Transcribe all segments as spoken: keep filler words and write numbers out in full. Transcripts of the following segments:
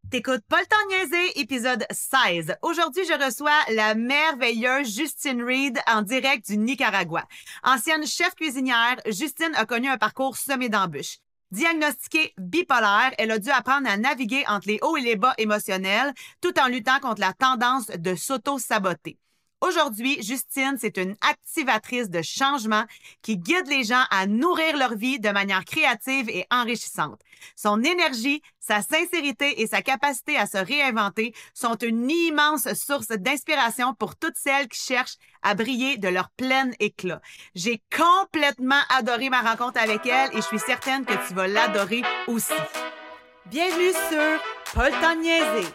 T'écoutes Pas le temps de niaiser, épisode seize. Aujourd'hui, je reçois la merveilleuse Justine Reed en direct du Nicaragua. Ancienne chef cuisinière, Justine a connu un parcours semé d'embûches. Diagnostiquée bipolaire, elle a dû apprendre à naviguer entre les hauts et les bas émotionnels tout en luttant contre la tendance de s'auto-saboter. Aujourd'hui, Justine, c'est une activatrice de changement qui guide les gens à nourrir leur vie de manière créative et enrichissante. Son énergie, sa sincérité et sa capacité à se réinventer sont une immense source d'inspiration pour toutes celles qui cherchent à briller de leur plein éclat. J'ai complètement adoré ma rencontre avec elle et je suis certaine que tu vas l'adorer aussi. Bienvenue sur Pas le temps de niaiser,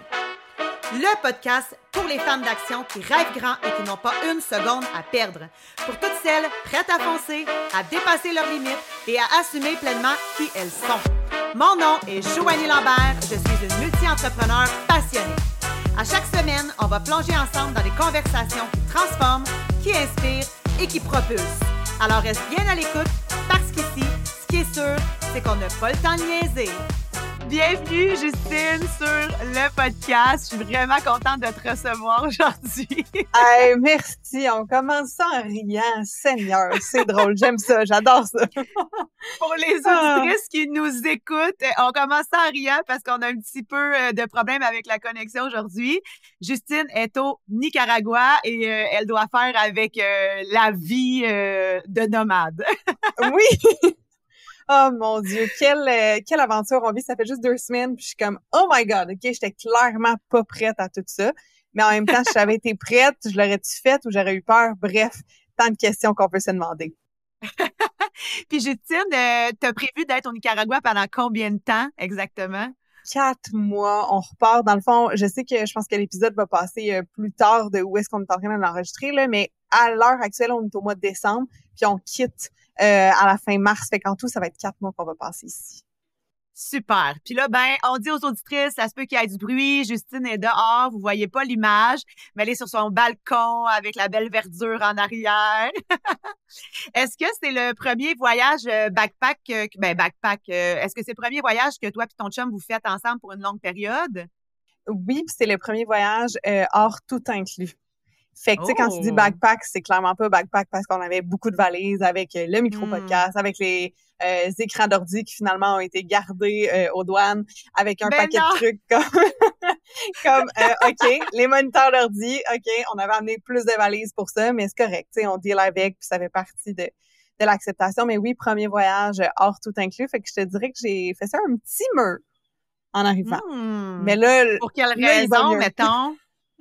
le podcast pour les femmes d'action qui rêvent grand et qui n'ont pas une seconde à perdre. Pour toutes celles prêtes à foncer, à dépasser leurs limites et à assumer pleinement qui elles sont. Mon nom est Joanie Lambert, je suis une multi-entrepreneur passionnée. À chaque semaine, on va plonger ensemble dans des conversations qui transforment, qui inspirent et qui propulsent. Alors reste bien à l'écoute parce qu'ici, ce qui est sûr, c'est qu'on n'a pas le temps de niaiser. Bienvenue, Justine, sur le podcast. Je suis vraiment contente de te recevoir aujourd'hui. Hey, merci. On commence ça en riant. Seigneur, c'est drôle. J'aime ça. J'adore ça. Pour les auditrices qui nous écoutent, on commence ça en riant parce qu'on a un petit peu de problème avec la connexion aujourd'hui. Justine est au Nicaragua et euh, elle doit faire avec euh, la vie euh, de nomade. Oui! Oh mon Dieu, quelle, euh, quelle aventure on vit. Ça fait juste deux semaines, puis je suis comme, oh my God, OK, j'étais clairement pas prête à tout ça. Mais en même temps, si j'avais été prête, je l'aurais-tu faite ou j'aurais eu peur? Bref, tant de questions qu'on peut se demander. Puis Justine, euh, t'as prévu d'être au Nicaragua pendant combien de temps exactement? Quatre mois, on repart. Dans le fond, je sais que je pense que l'épisode va passer euh, plus tard de où est-ce qu'on est en train de l'enregistrer, là, mais à l'heure actuelle, on est au mois de décembre, puis on quitte euh, à la fin mars. Fait qu'en tout, ça va être quatre mois qu'on va passer ici. Super. Puis là, ben, on dit aux auditrices, ça se peut qu'il y ait du bruit. Justine est dehors, vous voyez pas l'image, mais elle est sur son balcon avec la belle verdure en arrière. Est-ce que c'est le premier voyage backpack, euh, ben backpack, euh, est-ce que c'est le premier voyage que toi et ton chum vous faites ensemble pour une longue période? Oui, puis c'est le premier voyage euh, hors tout inclus. Fait que, tu sais, Oh. quand tu dis backpack, c'est clairement pas backpack parce qu'on avait beaucoup de valises avec le micro-podcast, mm. avec les euh, écrans d'ordi qui finalement ont été gardés euh, aux douanes, avec un ben paquet non. de trucs comme, comme euh, OK, les moniteurs d'ordi, OK, on avait amené plus de valises pour ça, mais c'est correct, tu sais, on deal avec, puis ça fait partie de, de l'acceptation. Mais oui, premier voyage hors tout inclus, fait que je te dirais que j'ai fait ça un petit mur en arrivant. Mm. Mais là... Pour quelle là, raison, mettons?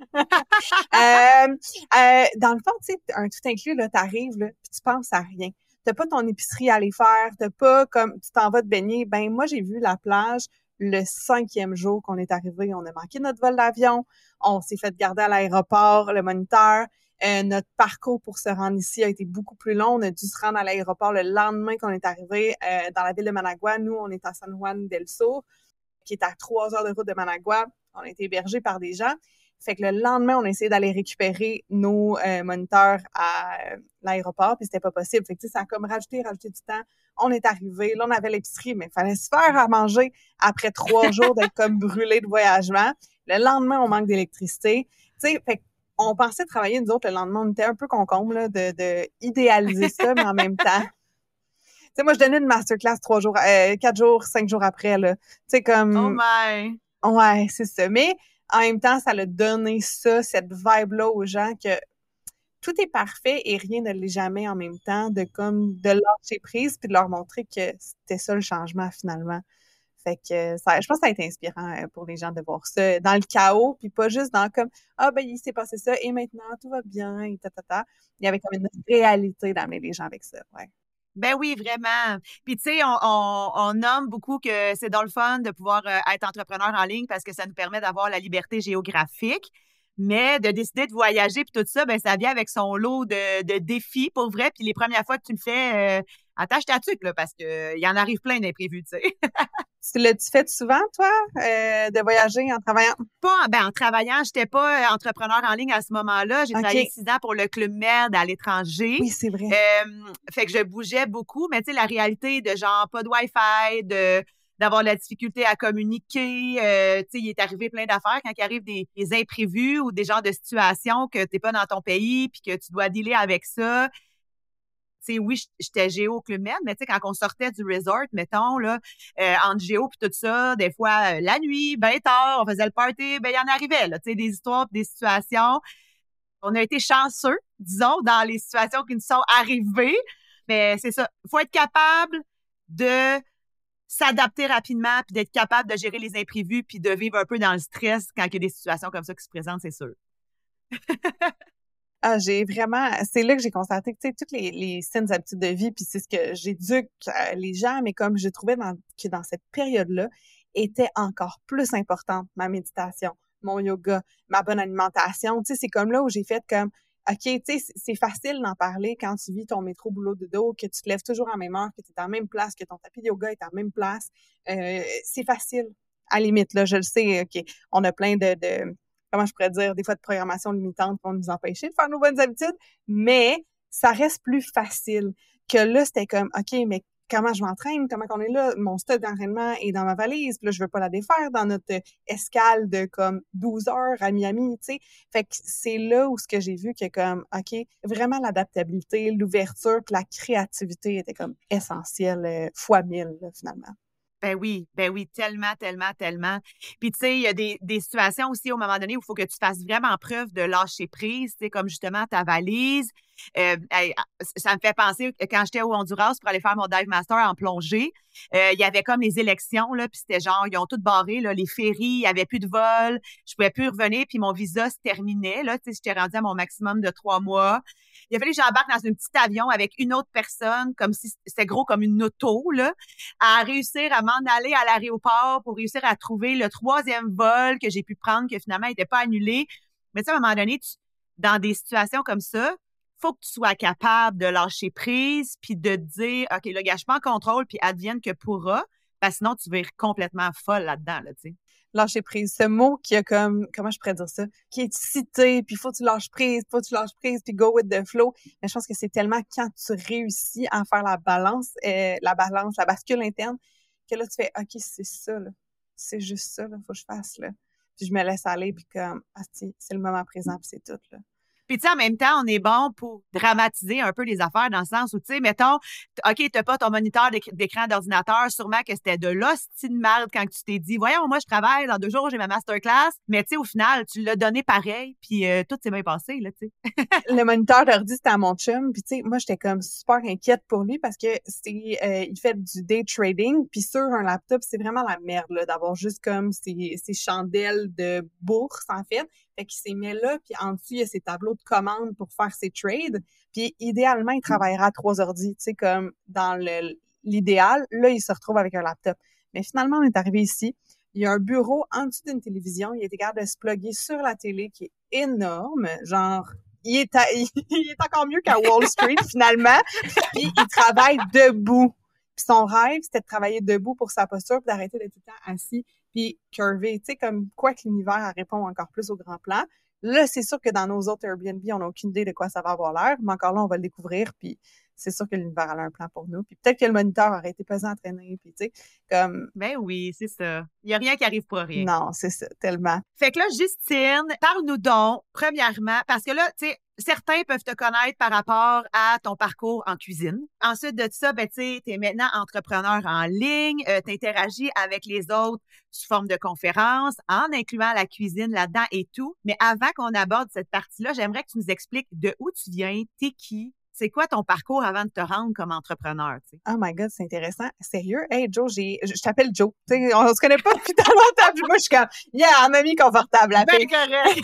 euh, euh, dans le fond, tu sais, un tout inclus, là, t'arrives, là, puis tu penses à rien. T'as pas ton épicerie à aller faire, t'as pas comme, tu t'en vas te baigner. Ben, moi, j'ai vu la plage le cinquième jour qu'on est arrivé. On a manqué notre vol d'avion, on s'est fait garder à l'aéroport, le moniteur. Euh, notre parcours pour se rendre ici a été beaucoup plus long. On a dû se rendre à l'aéroport le lendemain qu'on est arrivé euh, dans la ville de Managua. Nous, on est à San Juan del Sur, qui est à trois heures de route de Managua. On a été hébergés par des gens. Fait que le lendemain, on a essayé d'aller récupérer nos euh, moniteurs à euh, l'aéroport, puis c'était pas possible. Fait que tu sais, ça a comme rajouté, rajouté du temps. On est arrivé, là, on avait l'épicerie, mais il fallait se faire à manger après trois jours d'être comme brûlé de voyagement. Le lendemain, on manque d'électricité. Tu sais, fait qu'on pensait travailler, nous autres, le lendemain, on était un peu concombre, là, de, de idéaliser ça, mais en même temps... Tu sais, moi, je donnais une masterclass trois jours, euh, quatre jours, cinq jours après, là. Tu sais, comme... Oh my! Ouais, c'est ça. Mais... en même temps, ça a donné ça, cette vibe-là aux gens que tout est parfait et rien ne l'est jamais en même temps, de comme de lâcher prise puis de leur montrer que c'était ça le changement finalement. Fait que ça, je pense que ça a été inspirant pour les gens de voir ça dans le chaos puis pas juste dans comme ah ben il s'est passé ça et maintenant tout va bien et ta ta ta. Il y avait comme une réalité d'amener les gens avec ça, ouais. Ben oui, vraiment. Puis tu sais, on, on, on nomme beaucoup que c'est dans le fun de pouvoir euh, être entrepreneur en ligne parce que ça nous permet d'avoir la liberté géographique. Mais de décider de voyager puis tout ça, ben ça vient avec son lot de, de défis pour vrai. Puis les premières fois que tu le fais, euh, attache ta tuque là, parce que il y en arrive plein d'imprévus, tu sais. Tu l'as-tu fait souvent, toi, euh, de voyager en travaillant? Pas, ben en travaillant, j'étais pas entrepreneur en ligne à ce moment-là. J'ai okay. travaillé six ans pour le Club Med à l'étranger. Oui, c'est vrai. Euh, fait que je bougeais beaucoup, mais tu sais, la réalité de genre pas de Wi-Fi, de d'avoir de la difficulté à communiquer. Euh, tu sais, il est arrivé plein d'affaires quand il arrive des, des imprévus ou des genres de situations que t'es pas dans ton pays puis que tu dois dealer avec ça. Tu sais, oui, j'étais géo au Club Med, mais tu sais, quand on sortait du resort, mettons, là, euh, entre géo puis tout ça, des fois, euh, la nuit, ben tard, on faisait le party, ben il y en arrivait, là, tu sais, des histoires, des situations. On a été chanceux, disons, dans les situations qui nous sont arrivées, mais c'est ça. Il faut être capable de s'adapter rapidement puis d'être capable de gérer les imprévus puis de vivre un peu dans le stress quand il y a des situations comme ça qui se présentent, c'est sûr. Ah, j'ai vraiment, c'est là que j'ai constaté que, tu sais, toutes les, les saines habitudes de vie, puis c'est ce que j'éduque euh, les gens, mais comme je trouvais dans, que dans cette période-là, était encore plus importante, ma méditation, mon yoga, ma bonne alimentation. Tu sais, c'est comme là où j'ai fait comme, OK, tu sais, c'est facile d'en parler quand tu vis ton métro boulot de dos, que tu te lèves toujours à la même heure, que tu es à la même place, que ton tapis de yoga est à la même place. Euh, c'est facile, à la limite, là, je le sais, OK, on a plein de, de comment je pourrais dire, des fois de programmation limitante qui vont nous empêcher de faire nos bonnes habitudes, mais ça reste plus facile que là, c'était comme, OK, mais comment je m'entraîne, comment qu'on est là, mon stock d'entraînement est dans ma valise, puis là, je veux pas la défaire dans notre escale de comme douze heures à Miami, tu sais. Fait que c'est là où ce que j'ai vu que comme, OK, vraiment l'adaptabilité, l'ouverture, puis la créativité était comme essentielle euh, fois mille, là, finalement. Ben oui, ben oui, tellement, tellement, tellement. Puis tu sais, il y a des, des situations aussi au moment donné où il faut que tu fasses vraiment preuve de lâcher prise, tu sais, comme justement ta valise. Euh, ça me fait penser que quand j'étais au Honduras pour aller faire mon dive master en plongée, euh, il y avait comme les élections, là, puis c'était genre, ils ont tout barré, là, les ferries, il n'y avait plus de vol, je pouvais plus revenir, puis mon visa se terminait, là, tu sais, j'étais rendue à mon maximum de trois mois. Il a fallu que j'embarque dans un petit avion avec une autre personne, comme si c'était gros comme une auto, là, à réussir à m'en aller à l'aéroport pour réussir à trouver le troisième vol que j'ai pu prendre, que finalement n'était pas annulé. Mais tu sais, à un moment donné, tu, dans des situations comme ça, faut que tu sois capable de lâcher prise puis de te dire, OK, le gars, je suis pas en contrôle puis advienne que pourra, parce que sinon, tu vas être complètement folle là-dedans, là, tu sais. Lâcher prise, ce mot qui a comme, comment je pourrais dire ça, qui est cité, puis faut que tu lâches prise, faut que tu lâches prise, puis go with the flow. Mais je pense que c'est tellement quand tu réussis à faire la balance, euh, la balance, la bascule interne, que là, tu fais, OK, c'est ça, là. C'est juste ça, là, faut que je fasse, là. Puis je me laisse aller, puis comme, ah, c'est le moment présent, puis c'est tout, là. Puis, tu sais, en même temps, on est bon pour dramatiser un peu les affaires dans le sens où, tu sais, mettons, OK, t'as pas ton moniteur d'écran d'ordinateur, sûrement que c'était de l'hostie de merde quand tu t'es dit, voyons, moi, je travaille, dans deux jours, j'ai ma masterclass, mais tu sais, au final, tu l'as donné pareil, puis euh, tout s'est bien passé, là, tu sais. Le moniteur d'ordi, c'était à mon chum, puis tu sais, moi, j'étais comme super inquiète pour lui parce que c'est, euh, il fait du day trading, puis sur un laptop, c'est vraiment la merde, là, d'avoir juste comme ces, ces chandelles de bourse, en fait. Fait qu'il s'est mis là, puis en dessous, il y a ses tableaux de commandes pour faire ses trades. Puis idéalement, il travaillera à trois ordi, tu sais, comme dans le l'idéal. Là, il se retrouve avec un laptop. Mais finalement, on est arrivé ici. Il y a un bureau en dessous d'une télévision. Il était capable de se plugger sur la télé, qui est énorme. Genre, il est, à, il est encore mieux qu'à Wall Street, finalement. Puis il travaille debout. Puis son rêve, c'était de travailler debout pour sa posture, puis d'arrêter d'être tout le temps assis, puis curvé. Tu sais, comme quoi que l'univers répond encore plus au grand plan. Là, c'est sûr que dans nos autres Airbnb, on n'a aucune idée de quoi ça va avoir l'air, mais encore là, on va le découvrir, puis c'est sûr que l'univers a un plan pour nous. Puis peut-être que le moniteur aurait été pesant à traîner, puis tu sais, comme... Ben oui, c'est ça. Il n'y a rien qui arrive pour rien. Non, c'est ça, tellement. Fait que là, Justine, parle-nous donc, premièrement, parce que là, tu sais, certains peuvent te connaître par rapport à ton parcours en cuisine. Ensuite de ça, ben, tu sais, t'es maintenant entrepreneur en ligne, euh, t'interagis avec les autres sous forme de conférences, en incluant la cuisine là-dedans et tout. Mais avant qu'on aborde cette partie-là, j'aimerais que tu nous expliques de où tu viens, t'es qui, c'est quoi ton parcours avant de te rendre comme entrepreneur, tu sais? Oh my God, c'est intéressant. Sérieux? Hey, Joe, j'ai, je, je t'appelle Joe. Tu sais, on se connaît pas depuis tant longtemps. Puis moi, je suis comme, yeah, un ami confortable. La Ben correct.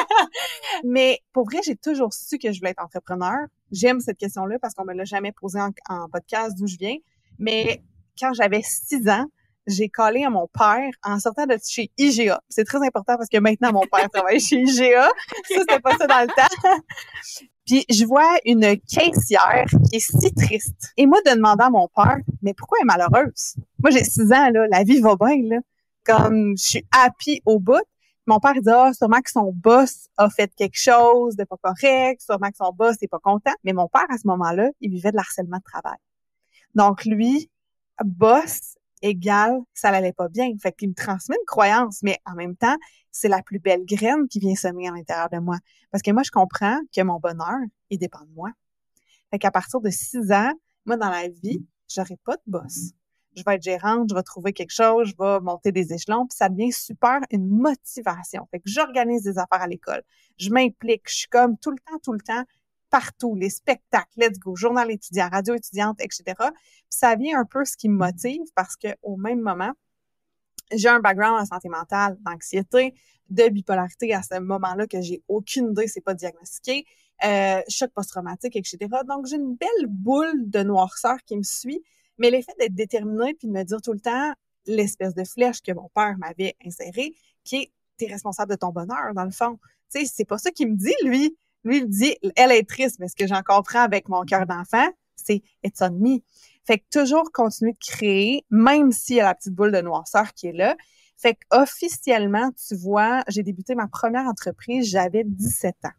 Mais pour vrai, j'ai toujours su que je voulais être entrepreneur. J'aime cette question-là parce qu'on me l'a jamais posée en, en podcast d'où je viens. Mais quand j'avais six ans, j'ai collé à mon père en sortant de chez I G A. C'est très important parce que maintenant, mon père travaille chez I G A. Ça, c'était pas ça dans le temps. Puis je vois une caissière qui est si triste. Et moi, de demander à mon père, mais pourquoi elle est malheureuse? Moi, j'ai six ans, là, la vie va bien, là. Comme je suis happy au bout. Mon père dit, ah, sûrement que son boss a fait quelque chose de pas correct, sûrement que son boss est pas content. Mais mon père, à ce moment-là, il vivait de l'harcèlement de travail. Donc, lui, boss, égale ça l'allait pas bien. Fait qu'il me transmet une croyance, mais en même temps, c'est la plus belle graine qui vient semer à l'intérieur de moi. Parce que moi, je comprends que mon bonheur, il dépend de moi. Fait qu'à partir de six ans, moi, dans la vie, j'aurai pas de boss. Je vais être gérante, je vais trouver quelque chose, je vais monter des échelons, puis ça devient super une motivation. Fait que j'organise des affaires à l'école. Je m'implique, je suis comme tout le temps, tout le temps, partout, les spectacles, let's go, journal étudiant, radio étudiante, et cetera. Puis ça vient un peu ce qui me motive parce qu'au même moment, j'ai un background en santé mentale, d'anxiété, de bipolarité à ce moment-là que j'ai aucune idée, c'est pas diagnostiqué, euh, choc post-traumatique, et cetera. Donc, j'ai une belle boule de noirceur qui me suit, mais l'effet d'être déterminée puis de me dire tout le temps l'espèce de flèche que mon père m'avait insérée, qui est « t'es responsable de ton bonheur », dans le fond. Tu sais, c'est pas ça qu'il me dit, lui. Lui, il me dit « elle est triste », mais ce que j'en comprends avec mon cœur d'enfant, c'est « it's on me ». Fait que toujours continuer de créer, même s'il y a la petite boule de noirceur qui est là. Fait qu'officiellement, tu vois, j'ai débuté ma première entreprise, j'avais dix-sept ans.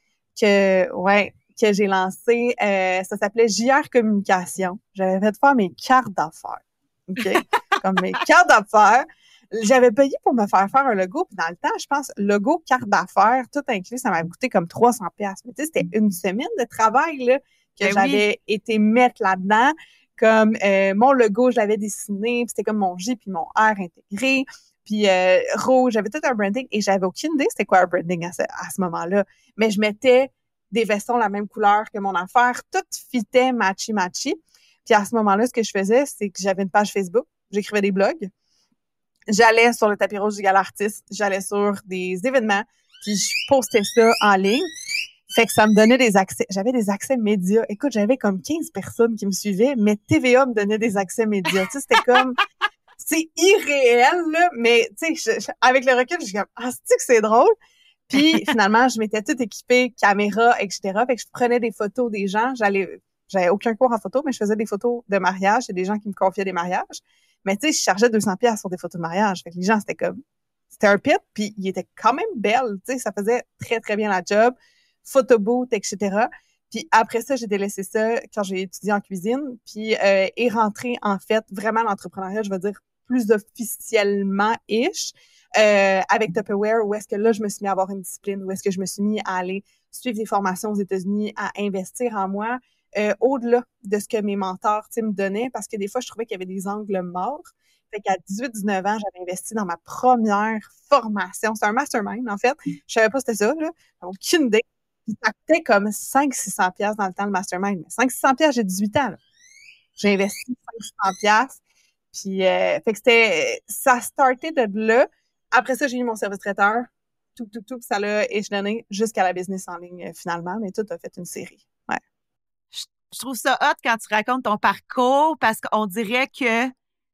Que, ouais, que j'ai lancé, euh, ça s'appelait J R Communication. J'avais fait faire mes cartes d'affaires. OK? Comme mes cartes d'affaires. J'avais payé pour me faire faire un logo, puis dans le temps, je pense, logo, carte d'affaires, tout inclus, ça m'avait coûté comme trois cents piastres. Mais tu sais, c'était une semaine de travail, là, que ben j'avais oui. été mettre là-dedans. Comme euh, mon logo, je l'avais dessiné, puis c'était comme mon J puis mon R intégré, puis euh, rouge, j'avais tout un branding, et j'avais aucune idée c'était quoi un branding à ce, à ce moment-là. Mais je mettais des vestons la même couleur que mon affaire, tout fitait matchy-matchy. Puis à ce moment-là, ce que je faisais, c'est que j'avais une page Facebook, j'écrivais des blogs, j'allais sur le tapis rouge du Gala Artiste, j'allais sur des événements, puis je postais ça en ligne. Fait que ça me donnait des accès. J'avais des accès médias. Écoute, j'avais comme quinze personnes qui me suivaient, mais T V A me donnait des accès médias. Tu sais, c'était comme... C'est irréel, là, mais tu sais, avec le recul, je suis comme « Ah, c'est-tu que c'est drôle? » Puis finalement, je m'étais toute équipée, caméra, et cetera. Fait que je prenais des photos des gens. J'allais... J'avais aucun cours en photo, mais je faisais des photos de mariage. Il y a des gens qui me confiaient des mariages. Mais tu sais, je chargeais deux cents piastres sur des photos de mariage. Fait que les gens, c'était comme... C'était un pit, puis il était quand même belle. Tu sais, ça faisait très, très bien la job. Photobooth, et cetera. Puis après ça, j'ai délaissé ça quand j'ai étudié en cuisine, puis euh, est rentré en fait vraiment l'entrepreneuriat, je veux dire plus officiellement-ish, euh, avec Tupperware, où est-ce que là, je me suis mis à avoir une discipline, où est-ce que je me suis mis à aller suivre des formations aux États-Unis, à investir en moi, euh, au-delà de ce que mes mentors, tu sais, me donnaient, parce que des fois, je trouvais qu'il y avait des angles morts. Fait qu'à dix-huit dix-neuf ans, j'avais investi dans ma première formation. C'est un mastermind, en fait. Je savais pas c'était ça, là. J'avais aucune idée. Puis ça coûtait comme cinq cents à six cents piastres dans le temps, le mastermind. Mais cinq cents à six cents piastres, j'ai dix-huit ans, là. J'ai investi cinq cents à six cents piastres. Puis, euh, fait que c'était... Ça startait de là. Après ça, j'ai eu mon service traiteur. Tout, tout, tout. Puis ça l'a échelonné jusqu'à la business en ligne, finalement. Mais tout a fait une série. Ouais. Je, je trouve ça hot quand tu racontes ton parcours parce qu'on dirait que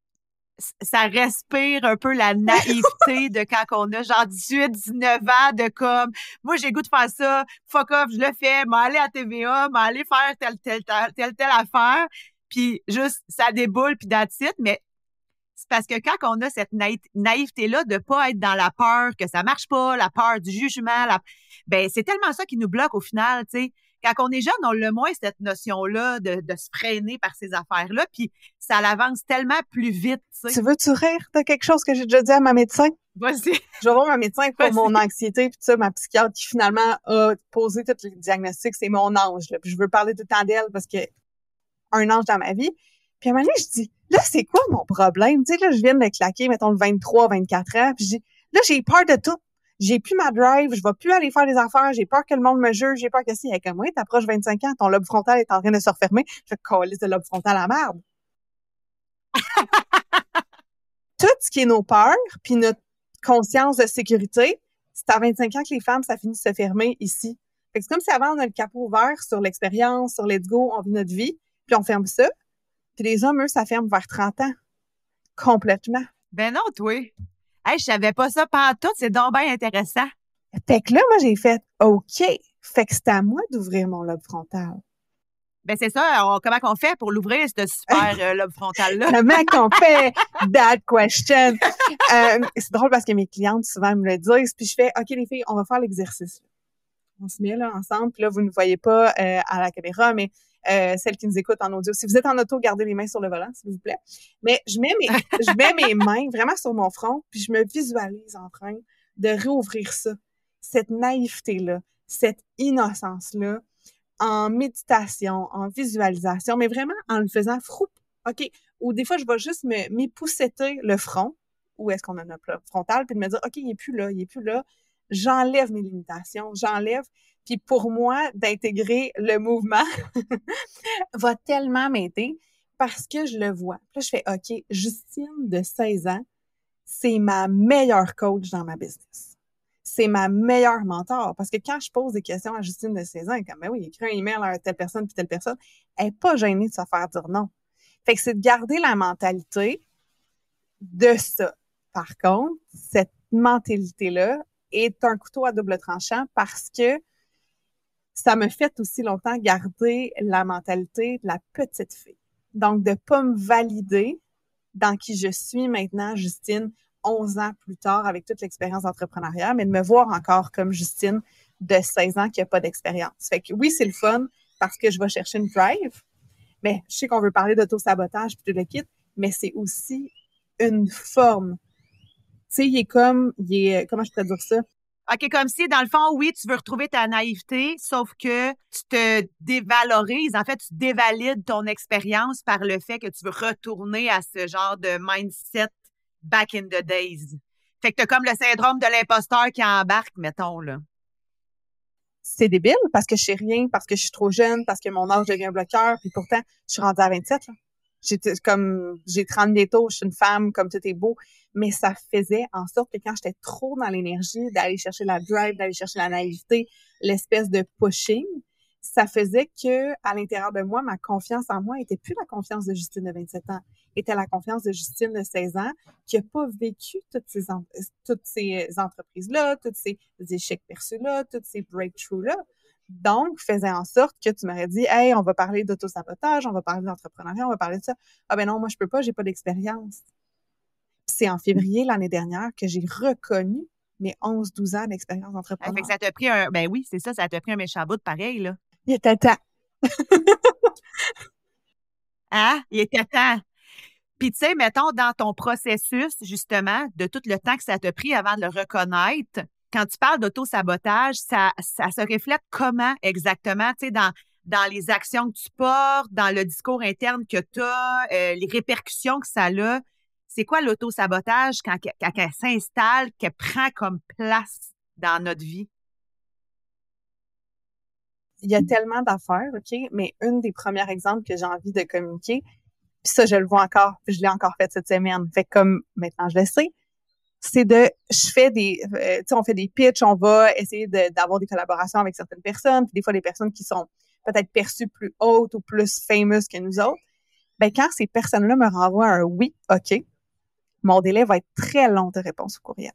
ça respire un peu la naïveté de quand on a genre dix-huit dix-neuf ans, de comme, moi, j'ai le goût de faire ça, fuck off, je le fais, m'aller à T V A, m'aller faire telle, telle, telle, telle, telle affaire, puis juste, ça déboule, puis that's it, mais c'est parce que quand on a cette naï- naïveté-là de pas être dans la peur que ça marche pas, la peur du jugement, la... ben c'est tellement ça qui nous bloque au final, tu sais. Quand on est jeune, on l'a moins cette notion-là de, de se freiner par ces affaires-là, puis ça l'avance tellement plus vite, tu sais. Tu veux-tu rire de quelque chose que j'ai déjà dit à ma médecin? Vas-y. Je vais voir ma médecin pour Vas-y. mon anxiété, puis ça, ma psychiatre qui finalement a posé tous les diagnostics, c'est mon ange, là. Puis je veux parler tout le temps d'elle parce que un ange dans ma vie. Puis à un moment donné, je dis, là, c'est quoi mon problème? Tu sais, là, je viens de me claquer, mettons, le vingt-trois, vingt-quatre ans, puis je dis, là, j'ai peur de tout. J'ai plus ma drive, je vais plus aller faire des affaires, j'ai peur que le monde me juge, j'ai peur que si, avec moi, t'approches vingt-cinq ans, ton lobe frontal est en train de se refermer, je vais coller ce lobe frontal à la merde. Tout ce qui est nos peurs, puis notre conscience de sécurité, c'est à vingt-cinq ans que les femmes, ça finit de se fermer ici. Fait que c'est comme si avant, on a le capot ouvert sur l'expérience, sur let's go, on vit notre vie, puis on ferme ça. Puis les hommes, eux, ça ferme vers trente ans. Complètement. Ben non, toi. Hey, je savais pas ça pantoute, c'est donc bien intéressant. Fait que là, moi, j'ai fait OK. Fait que c'est à moi d'ouvrir mon lobe frontal. Ben c'est ça, on, comment qu'on fait pour l'ouvrir, ce super euh, lobe frontal-là? Comment qu'on fait? That question. euh, c'est drôle parce que mes clientes, souvent, me le disent, puis je fais OK, les filles, on va faire l'exercice. On se met là ensemble, puis là, vous ne voyez pas euh, à la caméra, mais euh, celles qui nous écoutent en audio. Si vous êtes en auto, gardez les mains sur le volant, s'il vous plaît. Mais je mets mes, je mets mes mains vraiment sur mon front, puis je me visualise en train de réouvrir ça, cette naïveté-là, cette innocence-là, en méditation, en visualisation, mais vraiment en le faisant froup, OK? Ou des fois, je vais juste me, m'épousseter le front, où est-ce qu'on a notre frontal, puis de me dire, OK, il est plus là, il est plus là. J'enlève mes limitations, j'enlève. Puis pour moi, d'intégrer le mouvement va tellement m'aider parce que je le vois. Puis là, je fais, OK, Justine de seize ans, c'est ma meilleure coach dans ma business. C'est ma meilleure mentor. Parce que quand je pose des questions à Justine de seize ans, elle est comme, ben oui, écris un email à telle personne puis telle personne, elle n'est pas gênée de se faire dire non. Fait que c'est de garder la mentalité de ça. Par contre, cette mentalité-là est un couteau à double tranchant parce que ça me fait aussi longtemps garder la mentalité de la petite fille. Donc, de ne pas me valider dans qui je suis maintenant, Justine, onze ans plus tard, avec toute l'expérience d'entrepreneuriat, mais de me voir encore comme Justine de seize ans qui n'a pas d'expérience. Fait que oui, c'est le fun parce que je vais chercher une drive, mais je sais qu'on veut parler d'auto-sabotage puis tout le kit, mais c'est aussi une forme. Tu sais, il est comme, il est, comment je pourrais dire ça? OK, comme si, dans le fond, oui, tu veux retrouver ta naïveté, sauf que tu te dévalorises. En fait, tu dévalides ton expérience par le fait que tu veux retourner à ce genre de mindset back in the days. Fait que t'as comme le syndrome de l'imposteur qui embarque, mettons, là. C'est débile parce que je sais rien, parce que je suis trop jeune, parce que mon âge devient un bloqueur, puis pourtant, je suis rendue à vingt-sept, là. J'ai comme, j'ai trente bientôt, je suis une femme, comme tout est beau, mais ça faisait en sorte que quand j'étais trop dans l'énergie d'aller chercher la drive, d'aller chercher la naïveté, l'espèce de pushing, ça faisait que à l'intérieur de moi, ma confiance en moi était plus la confiance de Justine de vingt-sept ans, était la confiance de Justine de seize ans qui a pas vécu toutes ces, en- toutes ces entreprises-là, tous ces échecs perçus-là, tous ces breakthroughs-là. Donc, faisait en sorte que tu m'aurais dit, hey, on va parler d'auto-sabotage, on va parler d'entrepreneuriat, on va parler de ça. Ah ben non, moi, je peux pas, j'ai pas d'expérience. Puis c'est en février l'année dernière que j'ai reconnu mes onze douze ans d'expérience Hey, d'entrepreneur. fait que ça t'a pris un. Ben oui, c'est ça, ça t'a pris un méchant bout de pareil, là. Il était temps. Hein? Il était temps. Puis, tu sais, mettons, dans ton processus, justement, de tout le temps que ça t'a pris avant de le reconnaître, quand tu parles d'auto-sabotage, ça, ça se reflète comment exactement, tu sais, dans, dans les actions que tu portes, dans le discours interne que tu as, euh, les répercussions que ça a. C'est quoi l'auto-sabotage quand, quand elle s'installe, qu'elle prend comme place dans notre vie? Il y a tellement d'affaires, OK? Mais une des premiers exemples que j'ai envie de communiquer, puis ça, je le vois encore, puis je l'ai encore fait cette semaine. Fait que comme maintenant je le sais, c'est de, je fais des, euh, tu sais, on fait des pitchs, on va essayer de, d'avoir des collaborations avec certaines personnes, puis des fois des personnes qui sont peut-être perçues plus hautes ou plus famous que nous autres. Ben, quand ces personnes-là me renvoient un oui, OK, mon délai va être très long de réponse au courriel.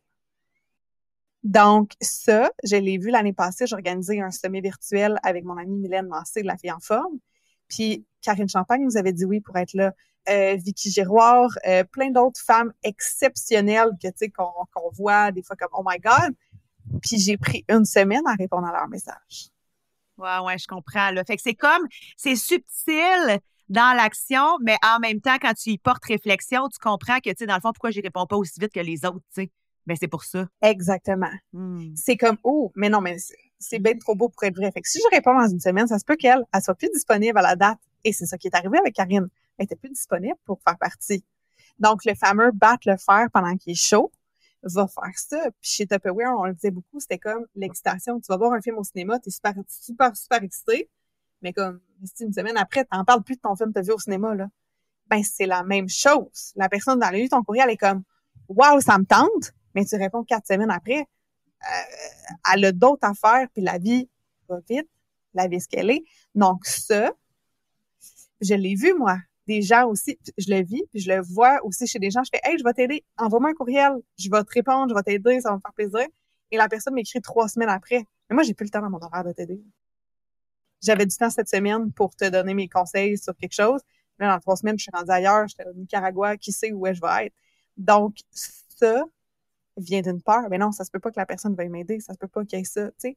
Donc, ça, je l'ai vu l'année passée, j'ai organisé un sommet virtuel avec mon amie Mylène Massé de La Fille en Forme. Puis, Karine Champagne nous avait dit oui pour être là. Euh, Vicky Giroir, euh, plein d'autres femmes exceptionnelles que, tu sais, qu'on, qu'on voit des fois comme « Oh my God! » Puis, j'ai pris une semaine à répondre à leurs messages. Ouais, ouais, je comprends, là. Fait que c'est comme, c'est subtil dans l'action, mais en même temps, quand tu y portes réflexion, tu comprends que, tu sais, dans le fond, pourquoi je réponds pas aussi vite que les autres, tu sais. Ben, c'est pour ça. Exactement. Hmm. C'est comme, oh, mais non, mais c'est, c'est bien trop beau pour être vrai. Fait que si je réponds dans une semaine, ça se peut qu'elle, elle soit plus disponible à la date. Et c'est ça qui est arrivé avec Karine. Elle était plus disponible pour faire partie. Donc, le fameux battre le fer pendant qu'il est chaud va faire ça. Puis chez Tupperware, on le disait beaucoup, c'était comme l'excitation. Tu vas voir un film au cinéma, t'es super, super, super excité. Mais comme, une semaine après, t'en parles plus de ton film que t'as vu au cinéma, là. Ben, c'est la même chose. La personne dans le lieu, ton courriel, elle est comme, waouh, ça me tente. Mais tu réponds quatre semaines après, euh, elle a d'autres affaires, puis la vie va vite, la vie ce qu'elle est. Donc ça, je l'ai vu, moi. Des gens aussi, je le vis, puis je le vois aussi chez des gens. Je fais « Hey, je vais t'aider, envoie-moi un courriel, je vais te répondre, je vais t'aider, ça va me faire plaisir. » Et la personne m'écrit trois semaines après. Mais moi, j'ai plus le temps dans mon horaire de t'aider. J'avais du temps cette semaine pour te donner mes conseils sur quelque chose. Là, dans trois semaines, je suis rendue ailleurs, j'étais au Nicaragua, qui sait où je vais être. Donc, ça vient d'une peur. Mais non, ça se peut pas que la personne veuille m'aider, ça se peut pas qu'il y ait ça, tu sais.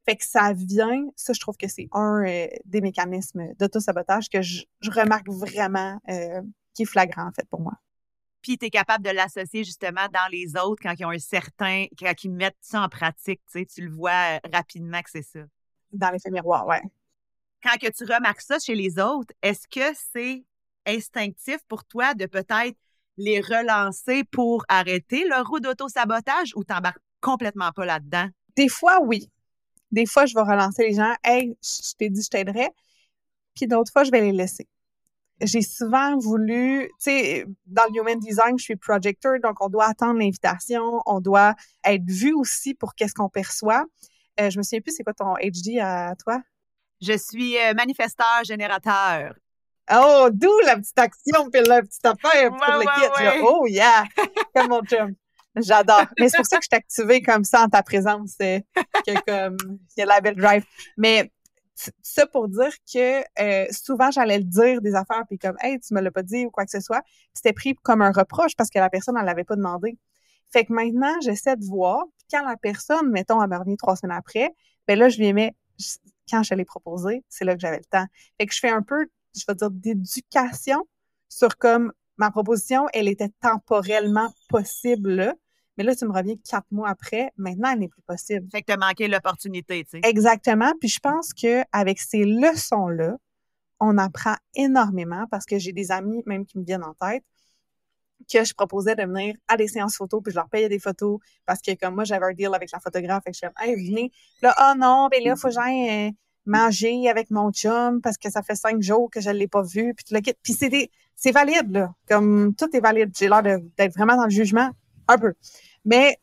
Fait que ça vient, ça, je trouve que c'est un euh, des mécanismes d'auto-sabotage que je, je remarque vraiment euh, qui est flagrant, en fait, pour moi. Puis tu es capable de l'associer justement dans les autres quand ils ont un certain, quand ils mettent ça en pratique, tu sais, tu le vois rapidement que c'est ça. Dans l'effet miroir, ouais. Quand que tu remarques ça chez les autres, est-ce que c'est instinctif pour toi de peut-être les relancer pour arrêter leur roue d'auto-sabotage ou t'embarques complètement pas là-dedans? Des fois, oui. Des fois, je vais relancer les gens. « Hey, je t'ai dit je t'aiderais. » Puis d'autres fois, je vais les laisser. J'ai souvent voulu, tu sais, dans le Human Design, je suis projector, donc on doit attendre l'invitation, on doit être vu aussi pour qu'est-ce qu'on perçoit. Euh, je me souviens plus, c'est quoi ton H D à toi? Je suis euh, manifesteur, générateur. Oh, d'où la petite action, puis la petite affaire, puis Ouais, tout le ouais, kit. ouais. Oh yeah! Comme mon chum. J'adore. Mais c'est pour ça que je t'ai activée comme ça en ta présence. C'est que comme, il y a la belle drive. Mais ça pour dire que euh, souvent, j'allais le dire des affaires, puis comme, hey, tu me l'as pas dit ou quoi que ce soit. C'était pris comme un reproche parce que la personne, elle l'avait pas demandé. Fait que maintenant, j'essaie de voir. Puis quand la personne, mettons, elle me revient trois semaines après, ben là, je lui mets, quand je l'ai proposé, c'est là que j'avais le temps. Fait que je fais un peu, je vais dire, d'éducation sur comme ma proposition, elle était temporellement possible là. Mais là, tu me reviens quatre mois après. Maintenant, elle n'est plus possible. Fait que t'as manqué l'opportunité, tu sais. Exactement. Puis je pense qu'avec ces leçons-là, on apprend énormément parce que j'ai des amis même qui me viennent en tête que je proposais de venir à des séances photos puis je leur payais des photos parce que comme moi, j'avais un deal avec la photographe. Fait que je suis comme, hey, venez. Puis là, oh non, ben là, il faut que j'aille euh, manger avec mon chum parce que ça fait cinq jours que je ne l'ai pas vu. Puis tout le kit. Puis c'est des, c'est valide, là. Comme tout est valide. J'ai l'air de, d'être vraiment dans le jugement. Un peu. Mais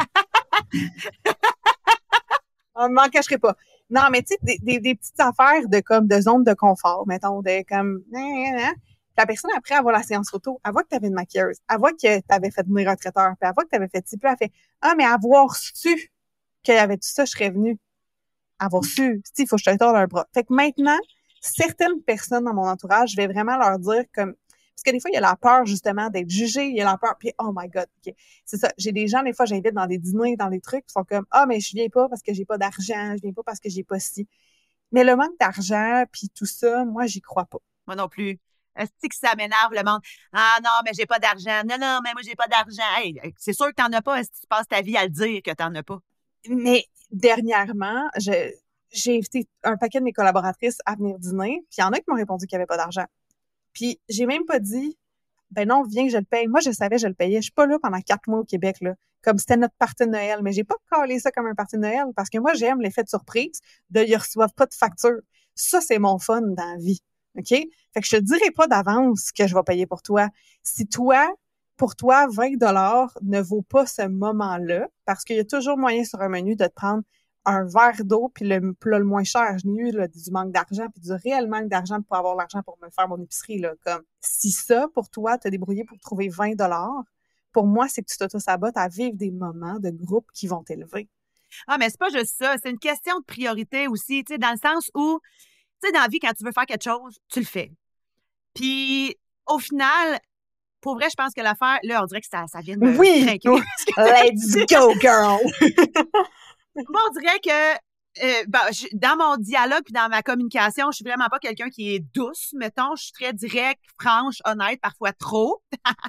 on ne m'en cacherait pas. Non, mais tu sais, des, des, des petites affaires de comme de zone de confort, mettons, de comme la personne après avoir la séance photo, elle voit que tu avais une maquilleuse, elle voit que tu avais fait venir un traiteur, puis elle voit que tu avais fait ci, puis elle fait ah, mais avoir su qu'il y avait tout ça, je serais venue. Avoir su, tu sais, il faut que je te torde un bras. Fait que maintenant, certaines personnes dans mon entourage, je vais vraiment leur dire comme parce que des fois, il y a la peur, justement, d'être jugé. Il y a la peur, puis oh my God, OK. C'est ça. J'ai des gens, des fois, j'invite dans des dîners, dans des trucs, qui sont comme, ah, mais je viens pas parce que j'ai pas d'argent, je viens pas parce que j'ai pas ci. Mais le manque d'argent, puis tout ça, moi, j'y crois pas. Moi non plus. Est-ce que ça m'énerve, le monde? Ah non, mais j'ai pas d'argent. Non, non, mais moi, j'ai pas d'argent. Hey, c'est sûr que t'en as pas. Est-ce que tu passes ta vie à le dire que t'en as pas? Mais dernièrement, je, j'ai invité un paquet de mes collaboratrices à venir dîner, puis il y en a qui m'ont répondu qu'il n'y avait pas d'argent. Puis j'ai même pas dit, ben non, viens que je le paye. Moi, je savais, je le payais. Je suis pas là pendant quatre mois au Québec, là. Comme c'était notre partie de Noël. Mais j'ai pas collé ça comme un partie de Noël parce que moi, j'aime l'effet de surprise de ils reçoivent pas de facture. Ça, c'est mon fun dans la vie. OK? Fait que je te dirai pas d'avance que je vais payer pour toi. Si toi, pour toi, vingt dollars ne vaut pas ce moment-là, parce qu'il y a toujours moyen sur un menu de te prendre un verre d'eau puis le plat le moins cher. Je n'ai eu là, du manque d'argent puis du réel manque d'argent pour avoir l'argent pour me faire mon épicerie. Là, comme si ça, pour toi, t'as débrouillé pour trouver vingt dollars, pour moi, c'est que tu t'auto-sabotes à vivre des moments de groupe qui vont t'élever. Ah, mais c'est pas juste ça. C'est une question de priorité aussi, tu sais, dans le sens où, tu sais, dans la vie, quand tu veux faire quelque chose, tu le fais. Puis, au final, pour vrai, je pense que l'affaire, là, on dirait que ça, ça vient de me oui! trinquer. Let's go, girl! Moi, on dirait que euh, ben, je, dans mon dialogue puis dans ma communication, je suis vraiment pas quelqu'un qui est douce, mettons. Je suis très directe, franche, honnête, parfois trop.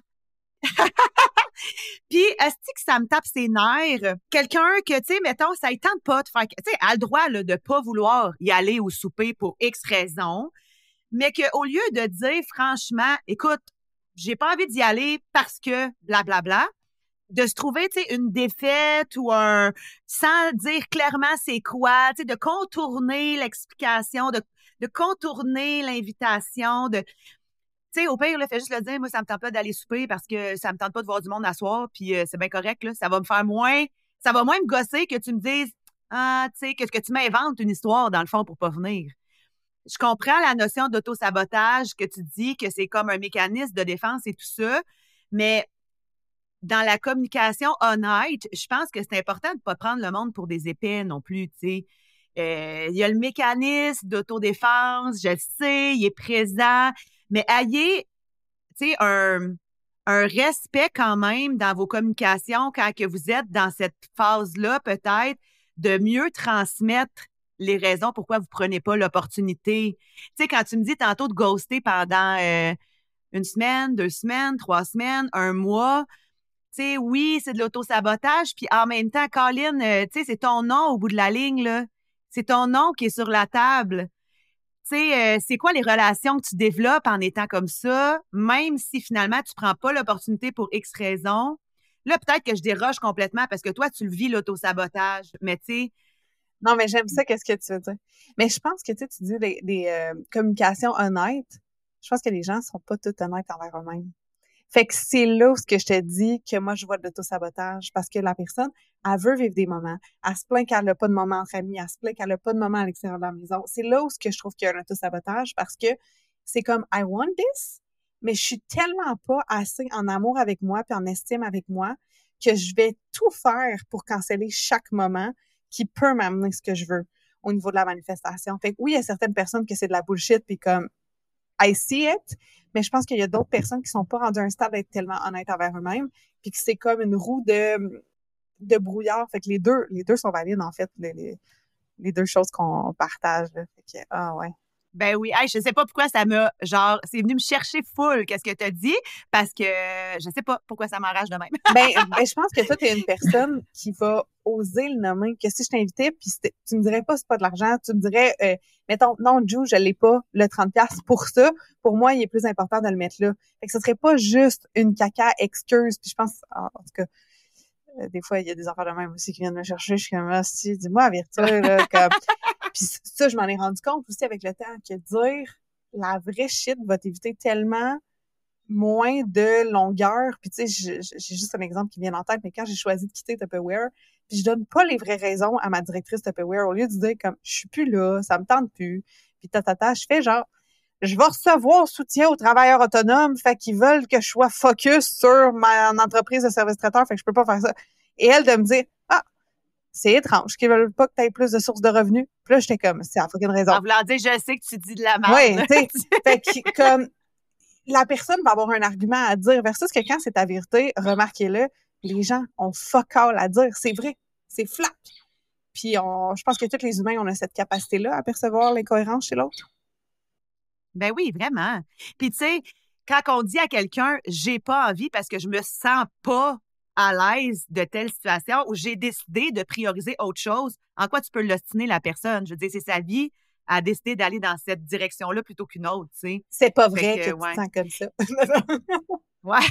Puis, est-ce que ça me tape ses nerfs? Quelqu'un que, tu sais, mettons, ça ne tente pas de faire... Tu sais, a le droit là, de pas vouloir y aller au souper pour X raisons, mais qu'au lieu de dire franchement, écoute, j'ai pas envie d'y aller parce que blablabla, bla, bla, de se trouver, tu sais, une défaite ou un... sans dire clairement c'est quoi, tu sais, de contourner l'explication, de, de contourner l'invitation, de... Tu sais, au pire, là, fais juste le dire, moi, ça me tente pas d'aller souper parce que ça me tente pas de voir du monde à soir, puis euh, c'est bien correct, là. Ça va me faire moins... Ça va moins me gosser que tu me dises, ah, tu sais, que, que tu m'inventes une histoire, dans le fond, pour pas venir. Je comprends la notion d'auto-sabotage que tu dis, que c'est comme un mécanisme de défense et tout ça, mais dans la communication honnête, je pense que c'est important de pas prendre le monde pour des épais non plus, tu sais. Euh, il y a le mécanisme d'autodéfense, je le sais, il est présent, mais ayez, tu sais, un, un respect quand même dans vos communications quand que vous êtes dans cette phase-là, peut-être, de mieux transmettre les raisons pourquoi vous prenez pas l'opportunité. Tu sais, quand tu me dis tantôt de ghoster pendant euh, une semaine, deux semaines, trois semaines, un mois, tu sais, oui, c'est de l'auto-sabotage, puis en même temps, Colin, euh, tu sais, c'est ton nom au bout de la ligne, là. C'est ton nom qui est sur la table. Tu sais, euh, c'est quoi les relations que tu développes en étant comme ça, même si finalement tu prends pas l'opportunité pour X raison. Là, peut-être que je déroge complètement parce que toi, tu le vis, l'auto-sabotage, mais tu sais... Non, mais j'aime ça, qu'est-ce que tu veux dire. Mais je pense que, tu sais, tu dis des, des euh, communications honnêtes. Je pense que les gens sont pas tous honnêtes envers eux-mêmes. Fait que c'est là où ce que je te dis que moi, je vois de l'auto-sabotage parce que la personne, elle veut vivre des moments. Elle se plaint qu'elle n'a pas de moments entre amis. Elle se plaint qu'elle n'a pas de moments à l'extérieur de la maison. C'est là où ce que je trouve qu'il y a un auto-sabotage parce que c'est comme, I want this, mais je suis tellement pas assez en amour avec moi puis en estime avec moi que je vais tout faire pour canceller chaque moment qui peut m'amener ce que je veux au niveau de la manifestation. Fait que oui, il y a certaines personnes que c'est de la bullshit puis comme, I see it, mais je pense qu'il y a d'autres personnes qui sont pas rendues à un stade d'être tellement honnêtes envers eux-mêmes, puis que c'est comme une roue de, de brouillard. Fait que les deux, les deux sont valides, en fait, les, les, les deux choses qu'on partage. Là. Fait que, ah ouais. Ben oui, hey, je sais pas pourquoi ça m'a, genre, c'est venu me chercher full, qu'est-ce que t'as dit, parce que je sais pas pourquoi ça m'enrage de même. ben, ben, je pense que toi, t'es une personne qui va oser le nommer, que si je t'invitais, puis tu me dirais pas c'est pas de l'argent, tu me dirais, euh, mettons, non, Jou, je l'ai pas, le trente dollars pour ça, pour moi, il est plus important de le mettre là. Fait que ce serait pas juste une caca excuse, puis je pense, en tout cas, euh, des fois, il y a des affaires de même aussi qui viennent me chercher, je suis comme, ah, si, dis-moi la vérité, là, comme... Puis ça, je m'en ai rendu compte aussi avec le temps, que dire la vraie shit va t'éviter tellement moins de longueur. Puis tu sais, j'ai juste un exemple qui vient en tête, mais quand j'ai choisi de quitter Tupperware, puis je donne pas les vraies raisons à ma directrice Tupperware, au lieu de dire comme, je suis plus là, ça me tente plus, puis tatata, je fais genre, je vais recevoir soutien aux travailleurs autonomes, fait qu'ils veulent que je sois focus sur ma entreprise de service traiteur, fait que je peux pas faire ça. Et elle de me dire, ah, c'est étrange qu'ils veulent pas que tu aies plus de sources de revenus. Puis là, j'étais comme, c'est la fucking raison. En voulant dire, je sais que tu dis de la merde. Oui, tu sais, fait que comme, la personne va avoir un argument à dire versus que quand c'est ta vérité, remarquez-le, les gens ont fuck all à dire. C'est vrai, c'est flat. Puis on, je pense que tous les humains, on a cette capacité-là à percevoir l'incohérence chez l'autre. Ben oui, vraiment. Puis tu sais, quand on dit à quelqu'un, j'ai pas envie parce que je me sens pas à l'aise de telle situation ou j'ai décidé de prioriser autre chose, en quoi tu peux l'ostiner la personne? Je veux dire, c'est sa vie à décider d'aller dans cette direction-là plutôt qu'une autre, tu sais. C'est pas vrai que, que, ouais. tu te sens comme ça. Ouais.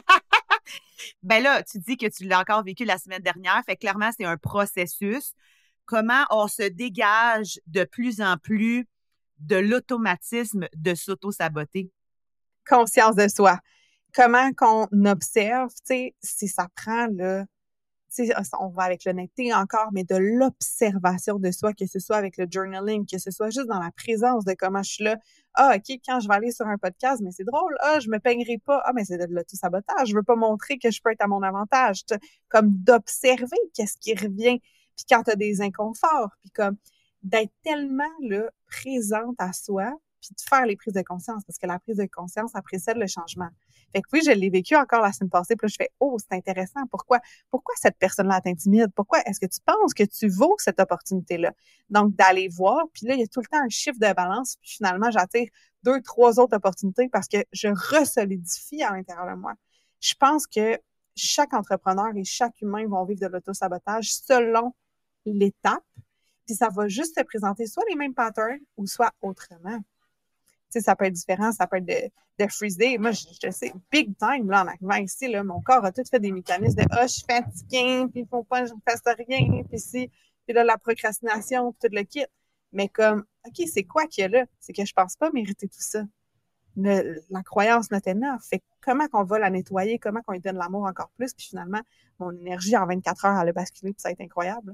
Ben là, tu dis que tu l'as encore vécu la semaine dernière, fait que clairement, c'est un processus. Comment on se dégage de plus en plus de l'automatisme de s'auto-saboter? Conscience de soi. Comment qu'on observe, tu sais, si ça prend, là, tu sais, on va avec l'honnêteté encore, mais de l'observation de soi, que ce soit avec le journaling, que ce soit juste dans la présence de comment je suis là. Ah, OK, quand je vais aller sur un podcast, mais c'est drôle. Ah, je me peignerai pas. Ah, mais c'est de l'auto-sabotage. Je veux pas montrer que je peux être à mon avantage. T'sais, comme d'observer qu'est-ce qui revient. Puis quand tu as des inconforts, puis comme d'être tellement là, présente à soi, puis de faire les prises de conscience, parce que la prise de conscience, ça précède le changement. Fait que oui, je l'ai vécu encore la semaine passée, puis là, je fais « Oh, c'est intéressant, pourquoi, pourquoi cette personne-là t'intimide? Pourquoi est-ce que tu penses que tu vaux cette opportunité-là? » Donc, d'aller voir, puis là, il y a tout le temps un chiffre de balance, puis finalement, j'attire deux, trois autres opportunités parce que je resolidifie à l'intérieur de moi. Je pense que chaque entrepreneur et chaque humain vont vivre de l'auto-sabotage selon l'étape, puis ça va juste se présenter soit les mêmes patterns ou soit autrement. Tu sais, ça peut être différent, ça peut être de, de freezer. Moi, je, je sais, big time, là, en arrivant ici, là, mon corps a tout fait des mécanismes de « Ah, oh, je suis fatiguée, puis il faut pas que je fasse rien, puis si, puis là, la procrastination, puis tout le kit. » Mais comme, OK, c'est quoi qu'il y a là? C'est que je pense pas mériter tout ça. Le, la croyance not enough. Fait comment qu'on va la nettoyer, comment qu'on lui donne l'amour encore plus, puis finalement, mon énergie en vingt-quatre heures, elle a basculé, puis ça a été incroyable.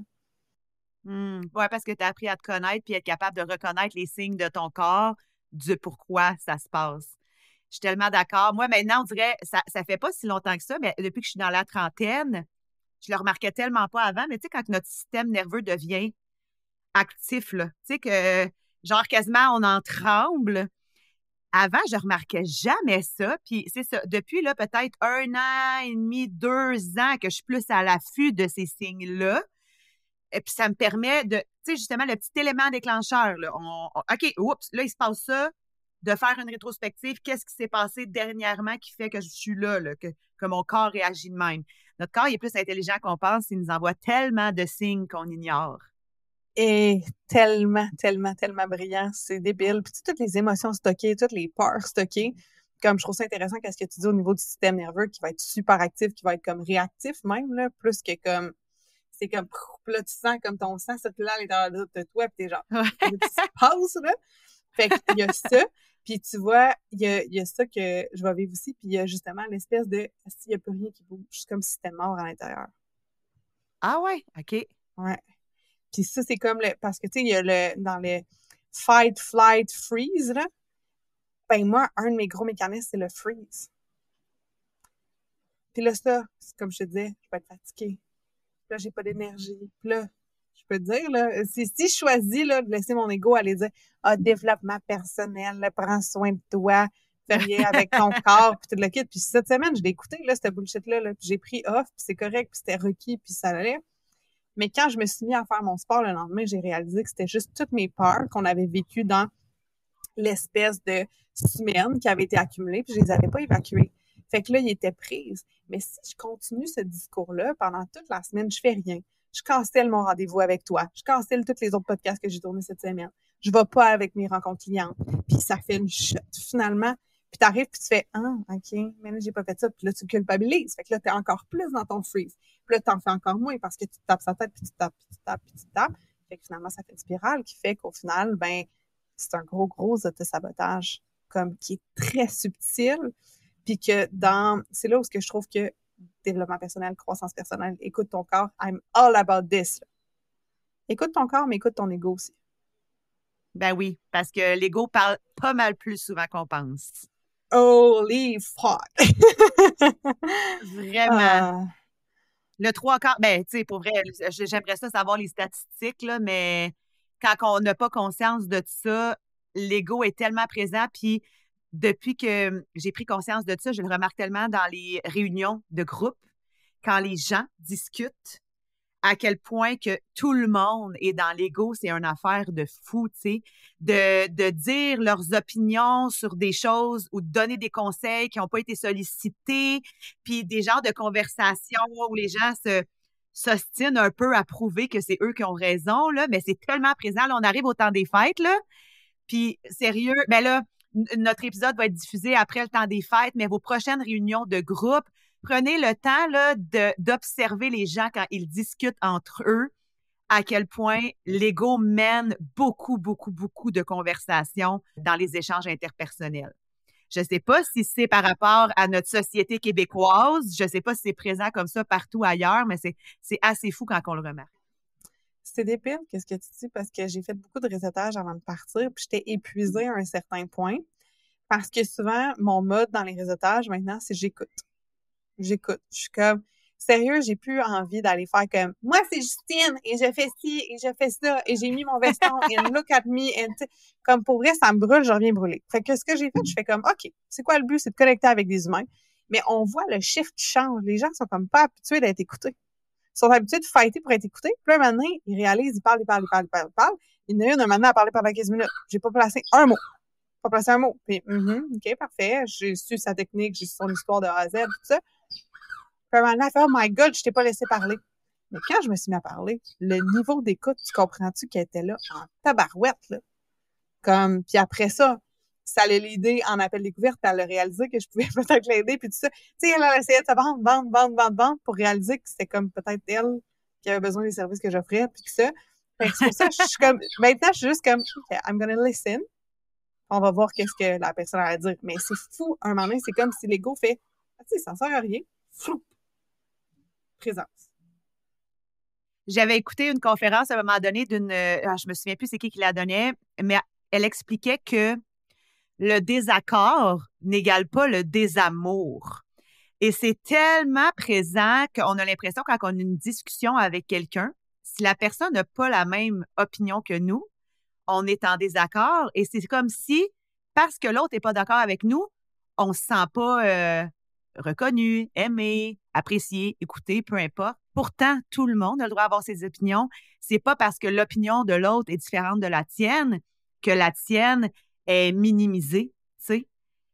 Mmh. Oui, parce que tu as appris à te connaître puis être capable de reconnaître les signes de ton corps, du pourquoi ça se passe. Je suis tellement d'accord. Moi, maintenant, on dirait, ça ça fait pas si longtemps que ça, mais depuis que je suis dans la trentaine, je le remarquais tellement pas avant, mais tu sais, quand notre système nerveux devient actif, là, tu sais, que genre quasiment on en tremble. Avant, je remarquais jamais ça. Puis c'est ça, depuis là, peut-être un an et demi, deux ans que je suis plus à l'affût de ces signes-là. Et puis, ça me permet de, tu sais, justement, le petit élément déclencheur, là. On, on- OK, oups, là, il se passe ça. De faire une rétrospective, qu'est-ce qui s'est passé dernièrement qui fait que je suis là, là que, que mon corps réagit de même. Notre corps, il est plus intelligent qu'on pense. Il nous envoie tellement de signes qu'on ignore. Et tellement, tellement, tellement brillant. C'est débile. Puis tu sais, toutes les émotions stockées, toutes les peurs stockées. Comme je trouve ça intéressant qu'est-ce que tu dis au niveau du système nerveux qui va être super actif, qui va être comme réactif même, là, plus que comme c'est comme puis là, tu sens comme ton sang circuler à l'intérieur de toi, puis t'es genre qu'est-ce qui se passe là? Fait qu'il y a ça. Puis tu vois, il y a, il y a ça que je vais vivre aussi, puis il y a justement l'espèce de s'il n'y a plus rien qui bouge, c'est comme si c'était mort à l'intérieur. Ah ouais, OK. Ouais. Puis ça, c'est comme le. Parce que tu sais, il y a le. Dans le fight, flight, freeze, là. Ben moi, un de mes gros mécanismes, c'est le freeze. Puis là, ça, c'est comme je te disais, je peux être fatiguée. Puis là, j'ai pas d'énergie. Puis là, je peux te dire, là, si, si je choisis là, de laisser mon ego aller dire Ah, développement personnel, là, prends soin de toi, fais rien avec ton corps, puis tout le kit. Puis cette semaine, je l'ai écouté, là, cette bullshit-là, là, puis j'ai pris off, puis c'est correct, puis c'était requis, puis ça allait. Mais quand je me suis mis à faire mon sport le lendemain, j'ai réalisé que c'était juste toutes mes peurs qu'on avait vécues dans l'espèce de semaine qui avait été accumulée, puis je les avais pas évacuées. Fait que là, il était prise. Mais si je continue ce discours-là pendant toute la semaine, je fais rien. Je cancelle mon rendez-vous avec toi. Je cancelle tous les autres podcasts que j'ai tournés cette semaine. Je vais pas avec mes rencontres clientes. Puis ça fait une chute, finalement. Puis t'arrives, puis tu fais « Ah, OK, mais là, j'ai pas fait ça. » Puis là, tu culpabilises. Fait que là, t'es encore plus dans ton freeze. Puis là, t'en fais encore moins parce que tu te tapes sa tête, puis tu te tapes, puis tu te tapes, puis tu te tapes. Fait que finalement, ça fait une spirale qui fait qu'au final, ben, c'est un gros, gros autosabotage, comme qui est très subtil. Puis que dans, c'est là où ce que je trouve que développement personnel, croissance personnelle, écoute ton corps, I'm all about this. Là. Écoute ton corps, mais écoute ton ego aussi. Ben oui, parce que l'ego parle pas mal plus souvent qu'on pense. Holy fuck! Vraiment. Uh... Le trois quarts, ben, tu sais, pour vrai, j'aimerais ça savoir les statistiques, là, mais quand on n'a pas conscience de ça, l'ego est tellement présent. Puis depuis que j'ai pris conscience de ça, je le remarque tellement dans les réunions de groupe, quand les gens discutent, à quel point que tout le monde est dans l'ego, c'est une affaire de fou, tu sais, de, de dire leurs opinions sur des choses ou de donner des conseils qui n'ont pas été sollicités, puis des genres de conversations où les gens se s'ostinent un peu à prouver que c'est eux qui ont raison, là, mais c'est tellement présent. Là, on arrive au temps des fêtes, là, puis sérieux, ben là, notre épisode va être diffusé après le temps des fêtes, mais vos prochaines réunions de groupe, prenez le temps là, de, d'observer les gens quand ils discutent entre eux, à quel point l'ego mène beaucoup, beaucoup, beaucoup de conversations dans les échanges interpersonnels. Je ne sais pas si c'est par rapport à notre société québécoise, je ne sais pas si c'est présent comme ça partout ailleurs, mais c'est, c'est assez fou quand on le remarque. C'est débile, qu'est-ce que tu dis, parce que j'ai fait beaucoup de réseautage avant de partir, puis j'étais épuisée à un certain point, parce que souvent, mon mode dans les réseautages, maintenant, c'est j'écoute. J'écoute. Je suis comme, sérieux, j'ai plus envie d'aller faire comme, moi, c'est Justine, et je fais ci, et je fais ça, et j'ai mis mon veston, and look at me, and comme pour vrai, ça me brûle, je reviens brûler. Fait que ce que j'ai fait, je fais comme, OK, c'est quoi le but? C'est de connecter avec des humains. Mais on voit le chiffre qui change. Les gens sont comme pas habitués d'être écoutés. Ils sont habitués de fighter pour être écoutés. Puis là, maintenant, ils réalisent, ils parlent, ils parlent, ils parlent, ils parlent, ils parlent. Il y en a une, un maintenant, à parler pendant quinze minutes. J'ai pas placé un mot. Pas placé un mot. Puis, mm-hmm, OK, parfait. J'ai su sa technique, j'ai su son histoire de A à Z, tout ça. Puis maintenant, elle fait, oh my God, je t'ai pas laissé parler. Mais quand je me suis mis à parler, le niveau d'écoute, tu comprends-tu qu'elle était là en tabarouette, là? Comme, puis après ça, ça l'a l'idée en appel découverte, puis elle a réalisé que je pouvais peut-être l'aider, puis tout ça. Tu sais, elle a essayé de se vendre, vendre, vendre, vendre, vendre, pour réaliser que c'était comme peut-être elle qui avait besoin des services que j'offrais, puis tout ça. Fait que c'est pour ça que je suis comme, maintenant, je suis juste comme, OK, I'm gonna listen. On va voir qu'est-ce que la personne a à dire. Mais c'est fou, un moment donné, c'est comme si l'ego fait, ah, tu sais, ça ne sert à rien. Flou. Présence. J'avais écouté une conférence à un moment donné d'une, euh, je me souviens plus c'est qui qui la donnait, mais elle expliquait que le désaccord n'égale pas le désamour. Et c'est tellement présent qu'on a l'impression quand on a une discussion avec quelqu'un, si la personne n'a pas la même opinion que nous, on est en désaccord et c'est comme si, parce que l'autre n'est pas d'accord avec nous, on ne se sent pas euh, reconnu, aimé, apprécier, écouter, peu importe. Pourtant, tout le monde a le droit d'avoir ses opinions. C'est pas parce que l'opinion de l'autre est différente de la tienne que la tienne est minimisée, tu sais.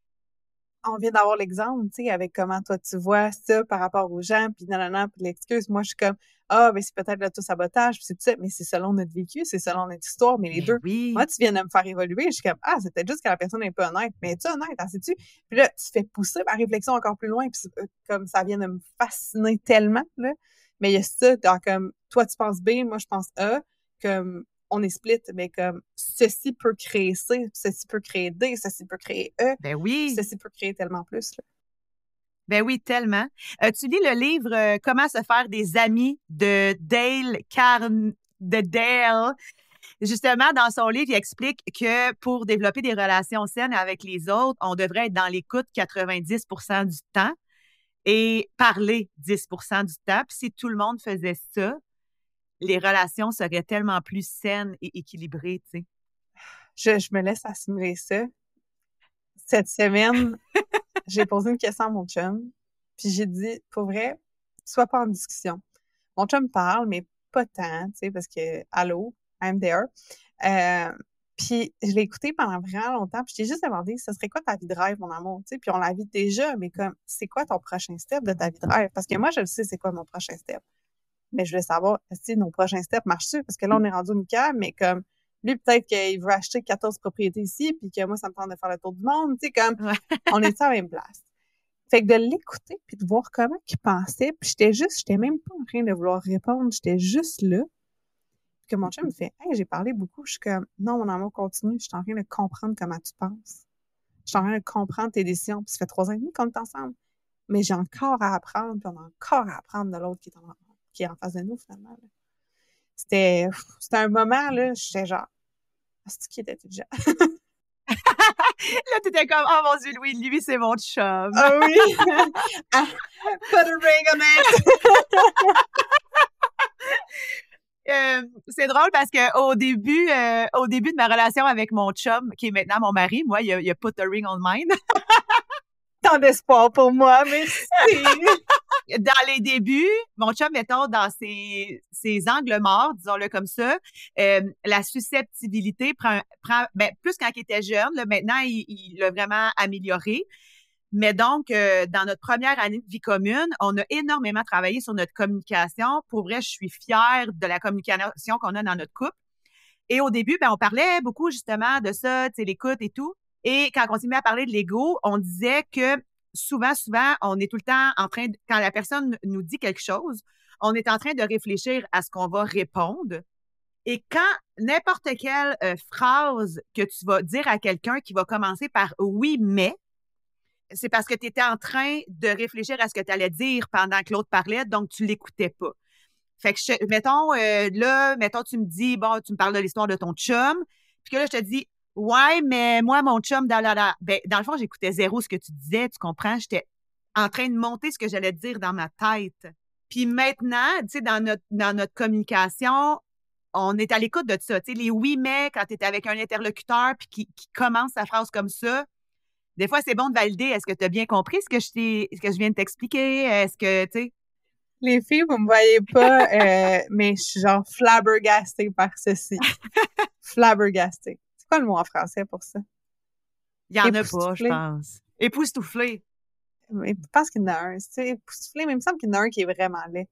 On vient d'avoir l'exemple, tu sais, avec comment toi tu vois ça par rapport aux gens, puis nanana, puis l'excuse. Moi, je suis comme, ah, ben c'est peut-être l'auto-sabotage, puis c'est tout ça, mais c'est selon notre vécu, c'est selon notre histoire, mais les Ben deux. oui. Moi, tu viens de me faire évoluer, je suis comme, ah, c'est peut-être juste que la personne n'est pas honnête, mais es-tu honnête, hein, sais-tu? Puis là, tu fais pousser ma réflexion encore plus loin, puis comme ça vient de me fasciner tellement, là. Mais il y a ça, dans comme, toi tu penses B, moi je pense A, comme, on est split, mais comme ceci peut créer C, ceci peut créer D, ceci peut créer E, ben oui. ceci peut créer tellement plus. Là. Ben oui, tellement. Euh, tu lis le livre euh, Comment se faire des amis de Dale Carn de Dale. Justement, dans son livre, il explique que pour développer des relations saines avec les autres, on devrait être dans l'écoute quatre-vingt-dix pour cent du temps et parler dix pour cent du temps. Puis si tout le monde faisait ça, les relations seraient tellement plus saines et équilibrées, tu sais. Je, je me laisse assimiler ça. Cette semaine, j'ai posé une question à mon chum, puis j'ai dit, pour vrai, sois pas en discussion. Mon chum parle, mais pas tant, tu sais, parce que, allô, I'm there. Euh, puis je l'ai écouté pendant vraiment longtemps, puis je t'ai juste demandé, ce serait quoi ta vie de rêve, mon amour, tu sais, puis on la vit déjà, mais comme, c'est quoi ton prochain step de ta vie de rêve? Parce que moi, je le sais, c'est quoi mon prochain step. Mais je voulais savoir, si nos prochains steps marchent-tu? Parce que là, on est rendu au Nickel, mais comme, lui, peut-être qu'il veut acheter quatorze propriétés ici, puis que moi, ça me tente de faire le tour du monde, tu sais, comme, Ouais. on est à la même place. Fait que de l'écouter, puis de voir comment il pensait, puis j'étais juste, j'étais même pas en train de vouloir répondre, j'étais juste là. Puis que mon chum me fait, hey, j'ai parlé beaucoup, je suis comme, non, mon amour, continue, je suis en train de comprendre comment tu penses. Je suis en train de comprendre tes décisions, puis ça fait trois ans et demi qu'on est ensemble. Mais j'ai encore à apprendre, puis on a encore à apprendre de l'autre qui est en, qui est en face de nous, finalement. Là. C'était, c'était un moment, là, j'étais genre, c'est qui était intelligent. Là, t'étais comme, oh mon Dieu, Louis, lui, c'est mon chum. Ah oui! Ah, put a ring on it! Euh, c'est drôle parce que au début, euh, au début de ma relation avec mon chum, qui est maintenant mon mari, moi, il a, il a put a ring on mine. Tant d'espoir pour moi, merci! Dans les débuts, mon chum, mettons, dans ses, ses angles morts, disons-le comme ça, euh, la susceptibilité prend, prend ben, plus quand il était jeune, là, maintenant, il, il l'a vraiment amélioré. Mais donc, euh, dans notre première année de vie commune, on a énormément travaillé sur notre communication. Pour vrai, je suis fière de la communication qu'on a dans notre couple. Et au début, ben, on parlait beaucoup justement de ça, tu sais, l'écoute et tout. Et quand on s'est mis à parler de l'ego, on disait que souvent, souvent, on est tout le temps en train de, quand la personne nous dit quelque chose, on est en train de réfléchir à ce qu'on va répondre. Et quand n'importe quelle euh, phrase que tu vas dire à quelqu'un qui va commencer par oui, mais, c'est parce que tu étais en train de réfléchir à ce que tu allais dire pendant que l'autre parlait, donc tu l'écoutais pas. Fait que, je, mettons, euh, là, mettons, tu me dis, bon, tu me parles de l'histoire de ton chum, puis que là, je te dis, ouais, mais moi, mon chum, dans, la, la, ben, dans le fond, j'écoutais zéro ce que tu disais, tu comprends? J'étais en train de monter ce que j'allais dire dans ma tête. Puis maintenant, tu sais, dans notre, dans notre communication, on est à l'écoute de ça. Tu sais, les oui, mais, quand tu es avec un interlocuteur puis qui, qui commence sa phrase comme ça, des fois, c'est bon de valider. Est-ce que tu as bien compris ce que je t'ai, ce que je viens de t'expliquer? Est-ce que, tu sais... Les filles, vous me voyez pas, euh, mais je suis genre flabbergastée par ceci. Flabbergastée. C'est quoi le mot en français pour ça? Il y en a pas, je pense. Époustouflé. Mais je pense qu'il y en a un. C'est époustouflé, mais il me semble qu'il y en a un qui est vraiment laid.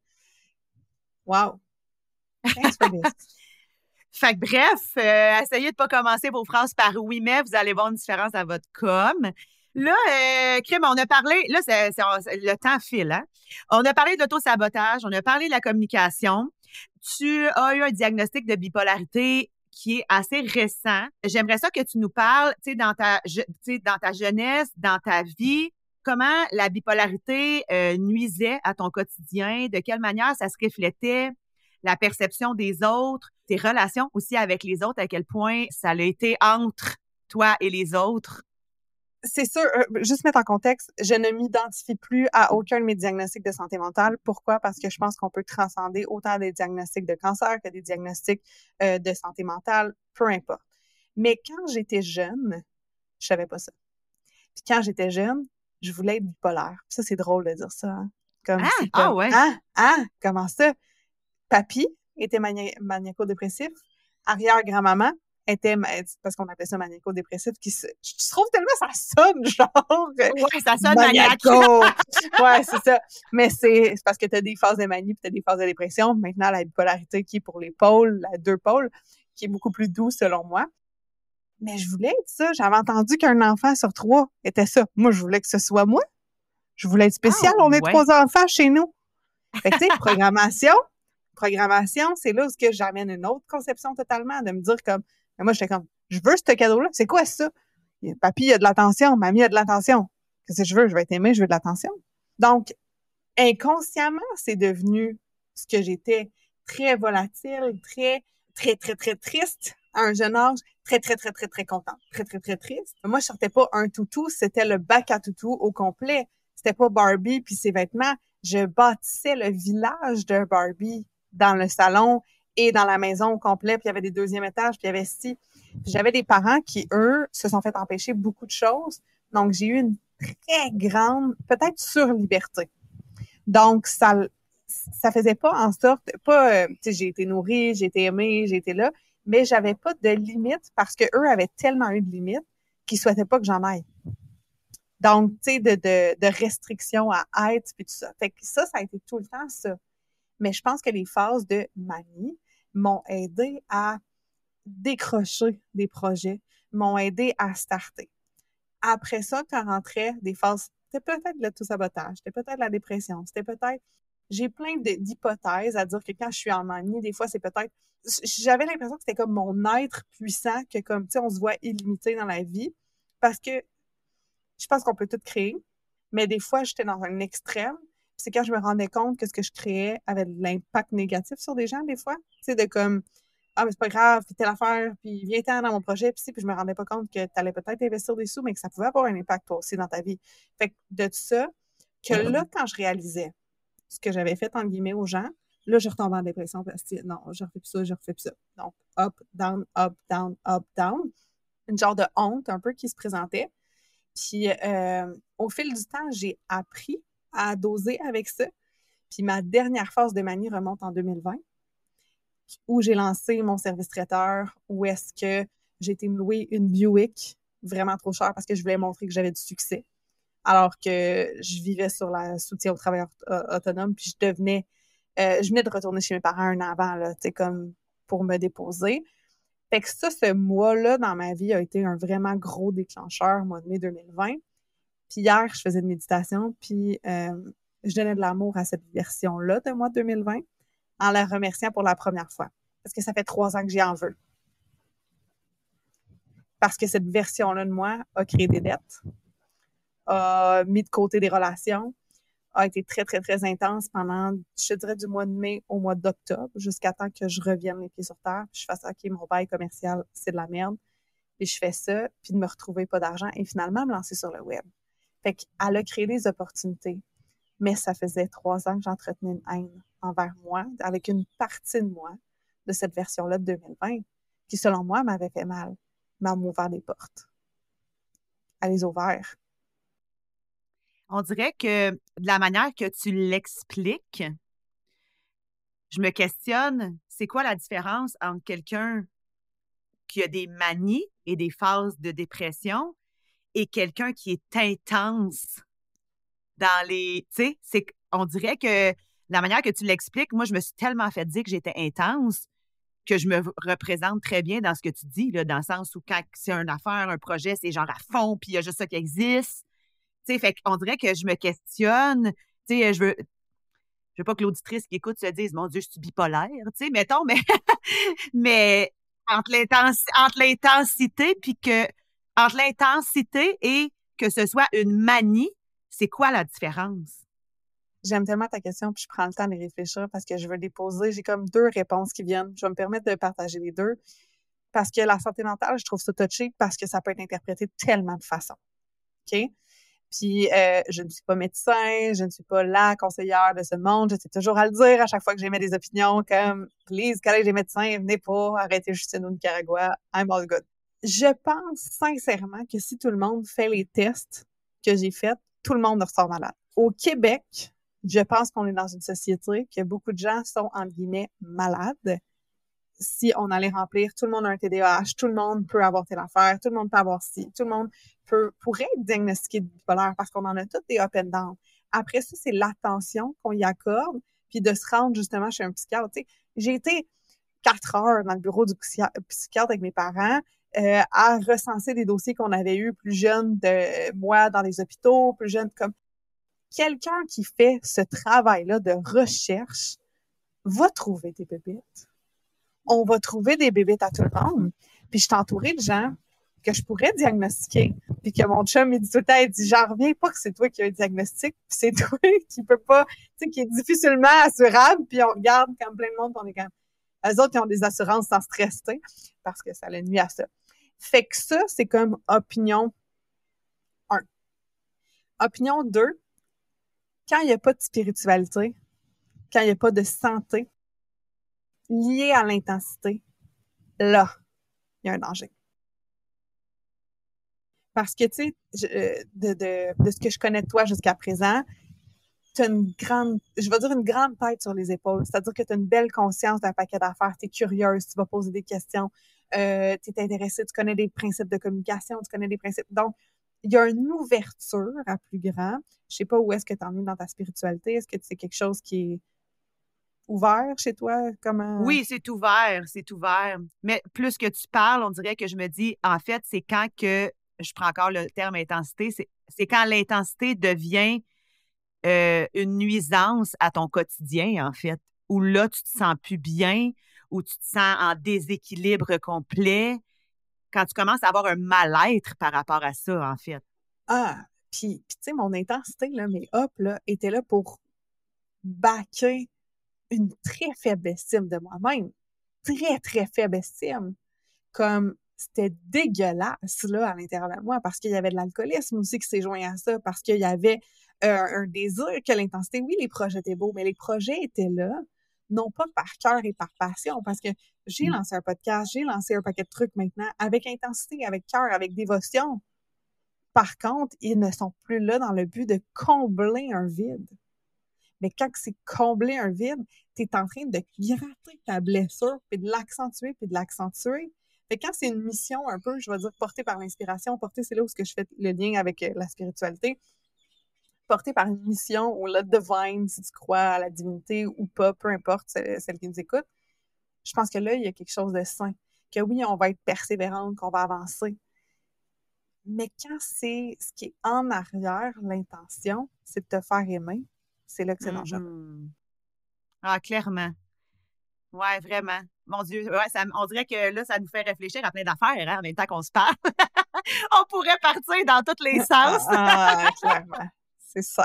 Wow. Thanks for this. Fait que bref, euh, essayez de pas commencer vos phrases par oui, mais vous allez voir une différence à votre com. Là, euh, Crime, on a parlé, là, c'est, c'est, le temps file, hein? On a parlé de l'auto-sabotage, on a parlé de la communication. Tu as eu un diagnostic de bipolarité qui est assez récent. J'aimerais ça que tu nous parles, tu sais, dans ta, tu sais, dans ta jeunesse, dans ta vie, comment la bipolarité euh, nuisait à ton quotidien, de quelle manière ça se reflétait, la perception des autres, tes relations aussi avec les autres, à quel point ça a été entre toi et les autres. C'est sûr, euh, juste mettre en contexte, je ne m'identifie plus à aucun de mes diagnostics de santé mentale. Pourquoi? Parce que je pense qu'on peut transcender autant des diagnostics de cancer que des diagnostics euh, de santé mentale, peu importe. Mais quand j'étais jeune, je savais pas ça. Puis quand j'étais jeune, je voulais être bipolaire. Ça, c'est drôle de dire ça. Hein? Comme, Ah, c'est ah comme, ouais. hein, hein, comment ça? Papy était mania- maniaco-dépressif. Arrière-grand-maman était, ma- parce qu'on appelait ça maniaco-dépressif, qui se, je trouve tellement ça sonne, genre, euh, Ouais, ça sonne maniaque. maniaco. Ouais, c'est ça. Mais c'est c'est parce que t'as des phases de manie puis t'as des phases de dépression. Maintenant, la bipolarité qui est pour les pôles, la deux pôles, qui est beaucoup plus doux selon moi. Mais je voulais être ça. J'avais entendu qu'un enfant sur trois était ça. Moi, je voulais que ce soit moi. Je voulais être Ah spécial. On est ouais. trois enfants chez nous. Fait que, tu sais, programmation, programmation, c'est là où que j'amène une autre conception totalement, de me dire comme, mais moi, j'étais comme, je veux ce cadeau-là. C'est quoi ça? Papy, il a de l'attention. Mamie a de l'attention. Qu'est-ce que je veux? Je veux être aimée, je veux de l'attention. Donc, inconsciemment, c'est devenu ce que j'étais, très volatile, très, très, très, très triste à un jeune âge, très, très, très, très, très contente, très, très, très triste. Moi, je sortais pas un toutou, c'était le bac à toutou au complet. C'était pas Barbie puis ses vêtements. Je bâtissais le village de Barbie dans le salon et dans la maison au complet, puis il y avait des deuxièmes étages, puis il y avait ci. Puis j'avais des parents qui, eux, se sont fait empêcher beaucoup de choses. Donc, j'ai eu une très grande, peut-être sur-liberté. Donc, ça ça faisait pas en sorte, pas, euh, tu sais, j'ai été nourrie, j'ai été aimée, j'ai été là, mais j'avais pas de limites parce que eux avaient tellement eu de limites qu'ils souhaitaient pas que j'en aille. Donc, tu sais, de, de, de restrictions à être, puis tout ça. Fait que ça, ça a été tout le temps ça. Mais je pense que les phases de manie m'ont aidé à décrocher des projets, m'ont aidé à starter. Après ça, quand rentrait des phases, c'était peut-être le tout sabotage, c'était peut-être la dépression, c'était peut-être, j'ai plein de, d'hypothèses à dire que quand je suis en manie, des fois, c'est peut-être, j'avais l'impression que c'était comme mon être puissant, que comme, tu sais, on se voit illimité dans la vie, parce que je pense qu'on peut tout créer, mais des fois, j'étais dans un extrême, c'est quand je me rendais compte que ce que je créais avait de l'impact négatif sur des gens, des fois, tu sais, de comme, ah, mais c'est pas grave, puis telle affaire, puis viens-t'en dans mon projet, puis si, puis je me rendais pas compte que tu allais peut-être investir des sous, mais que ça pouvait avoir un impact, toi aussi, dans ta vie. Fait que de tout ça, que là, quand je réalisais ce que j'avais fait, en guillemets, aux gens, là, je retombais en dépression parce que non, je refais plus ça, je refais plus ça. Donc, up, down, up, down, up, down. Une genre de honte un peu qui se présentait. Puis, euh, au fil du temps, j'ai appris à doser avec ça. Puis, ma dernière phase de manie remonte en deux mille vingt, où j'ai lancé mon service traiteur, où est-ce que j'ai été me louer une Buick vraiment trop chère parce que je voulais montrer que j'avais du succès. Alors que je vivais sur le soutien aux travailleurs autonomes, puis je devenais, euh, je venais de retourner chez mes parents un an avant, là, tu sais, comme pour me déposer. Fait que ça, ce mois-là, dans ma vie, a été un vraiment gros déclencheur, mois de mai deux mille vingt. Puis hier, je faisais une méditation, puis euh, je donnais de l'amour à cette version-là de moi deux mille vingt en la remerciant pour la première fois. Parce que ça fait trois ans que j'y en veux. Parce que cette version-là de moi a créé des dettes, a mis de côté des relations, a été très, très, très intense pendant, je dirais, du mois de mai au mois d'octobre, jusqu'à temps que je revienne les pieds sur terre, puis je fasse « OK, mon bail commercial, c'est de la merde », puis je fais ça, puis de me retrouver pas d'argent, et finalement me lancer sur le web. Fait qu'elle a créé des opportunités, mais ça faisait trois ans que j'entretenais une haine envers moi, avec une partie de moi, de cette version-là de deux mille vingt, qui, selon moi, m'avait fait mal, m'a ouvert des portes. Elle les a ouvertes. On dirait que de la manière que tu l'expliques, je me questionne, c'est quoi la différence entre quelqu'un qui a des manies et des phases de dépression et quelqu'un qui est intense dans les... Tu sais, c'est, on dirait que la manière que tu l'expliques, moi, je me suis tellement fait dire que j'étais intense que je me représente très bien dans ce que tu dis, là, dans le sens où quand c'est une affaire, un projet, c'est genre à fond, puis il y a juste ça qui existe. Tu sais, fait qu'on dirait que je me questionne. Tu sais, je veux... Je veux pas que l'auditrice qui écoute se dise « Mon Dieu, je suis bipolaire », tu sais, mettons, mais... mais entre, l'intensi- entre l'intensité puis que... Entre l'intensité et que ce soit une manie, c'est quoi la différence? J'aime tellement ta question, puis je prends le temps de réfléchir parce que je veux les poser. J'ai comme deux réponses qui viennent. Je vais me permettre de partager les deux parce que la santé mentale, je trouve ça touché parce que ça peut être interprété de tellement de façons. OK? Puis, euh, je ne suis pas médecin, je ne suis pas la conseillère de ce monde. J'essaie toujours à le dire à chaque fois que j'émets des opinions comme « Please, collège des médecins, venez pas, arrêtez Justine au Nicaragua, I'm all good ». Je pense sincèrement que si tout le monde fait les tests que j'ai faits, tout le monde ressort malade. Au Québec, je pense qu'on est dans une société que beaucoup de gens sont, entre guillemets, malades. Si on allait remplir, tout le monde a un T D A H, tout le monde peut avoir telle affaire, tout le monde peut avoir ci, tout le monde peut, pourrait être diagnostiqué de bipolaire parce qu'on en a toutes des up and down. Après ça, c'est l'attention qu'on y accorde, puis de se rendre justement chez un psychiatre. Tu sais, j'ai été quatre heures dans le bureau du psychiatre avec mes parents euh, à recenser des dossiers qu'on avait eus plus jeunes de moi dans les hôpitaux, plus jeunes comme quelqu'un qui fait ce travail-là de recherche va trouver des bébites. On va trouver des bébites à tout le monde. Puis je suis entourée de gens que je pourrais diagnostiquer. Puis que mon chum, il dit tout le temps, il dit, j'en reviens pas que c'est toi qui as un diagnostic, puis c'est toi qui peut pas, tu sais, qui est difficilement assurable, puis on regarde comme plein de monde, puis on est comme, eux autres, ils ont des assurances sans stress, tu sais, parce que ça le nuit à ça. Fait que ça, c'est comme opinion un. Opinion deux, quand il n'y a pas de spiritualité, quand il n'y a pas de santé liée à l'intensité, là, il y a un danger. Parce que, tu sais, de, de, de ce que je connais de toi jusqu'à présent, tu as une grande, je vais dire une grande tête sur les épaules. C'est-à-dire que tu as une belle conscience d'un paquet d'affaires. Tu es curieuse, tu vas poser des questions, euh, tu es intéressée, tu connais des principes de communication, tu connais des principes. Donc, il y a une ouverture à plus grand. Je sais pas où est-ce que tu en es dans ta spiritualité. Est-ce que c'est quelque chose qui est ouvert chez toi? Comment? Oui, c'est ouvert, c'est ouvert. Mais plus que tu parles, on dirait que je me dis, en fait, c'est quand que, je prends encore le terme intensité, c'est, c'est quand l'intensité devient euh, une nuisance à ton quotidien, en fait, où là, tu te sens plus bien, où tu te sens en déséquilibre complet, quand tu commences à avoir un mal-être par rapport à ça, en fait. Ah, puis, puis tu sais, mon intensité, là, mes hop, là, était là pour baquer une très faible estime de moi-même. Très, très faible estime. Comme, c'était dégueulasse, là, à l'intérieur de moi, parce qu'il y avait de l'alcoolisme aussi qui s'est joint à ça, parce qu'il y avait euh, un désir que l'intensité, oui, les projets étaient beaux, mais les projets étaient là, non pas par cœur et par passion, parce que j'ai lancé un podcast, j'ai lancé un paquet de trucs maintenant, avec intensité, avec cœur, avec dévotion. Par contre, ils ne sont plus là dans le but de combler un vide. Mais quand c'est combler un vide, tu es en train de gratter ta blessure, puis de l'accentuer, puis de l'accentuer. Fait que quand c'est une mission un peu, je vais dire, portée par l'inspiration, portée, c'est là où je fais le lien avec la spiritualité, portée par une mission ou le divine, si tu crois à la divinité ou pas, peu importe celle qui nous écoute, je pense que là, il y a quelque chose de sain. Que oui, on va être persévérante, qu'on va avancer. Mais quand c'est ce qui est en arrière, l'intention, c'est de te faire aimer, c'est là que c'est dangereux. Mm-hmm. Ah, clairement. Ouais, vraiment. Mon Dieu, ouais, ça, on dirait que là, ça nous fait réfléchir à plein d'affaires, hein, en même temps qu'on se parle. On pourrait partir dans tous les sens. Ah, clairement. C'est ça.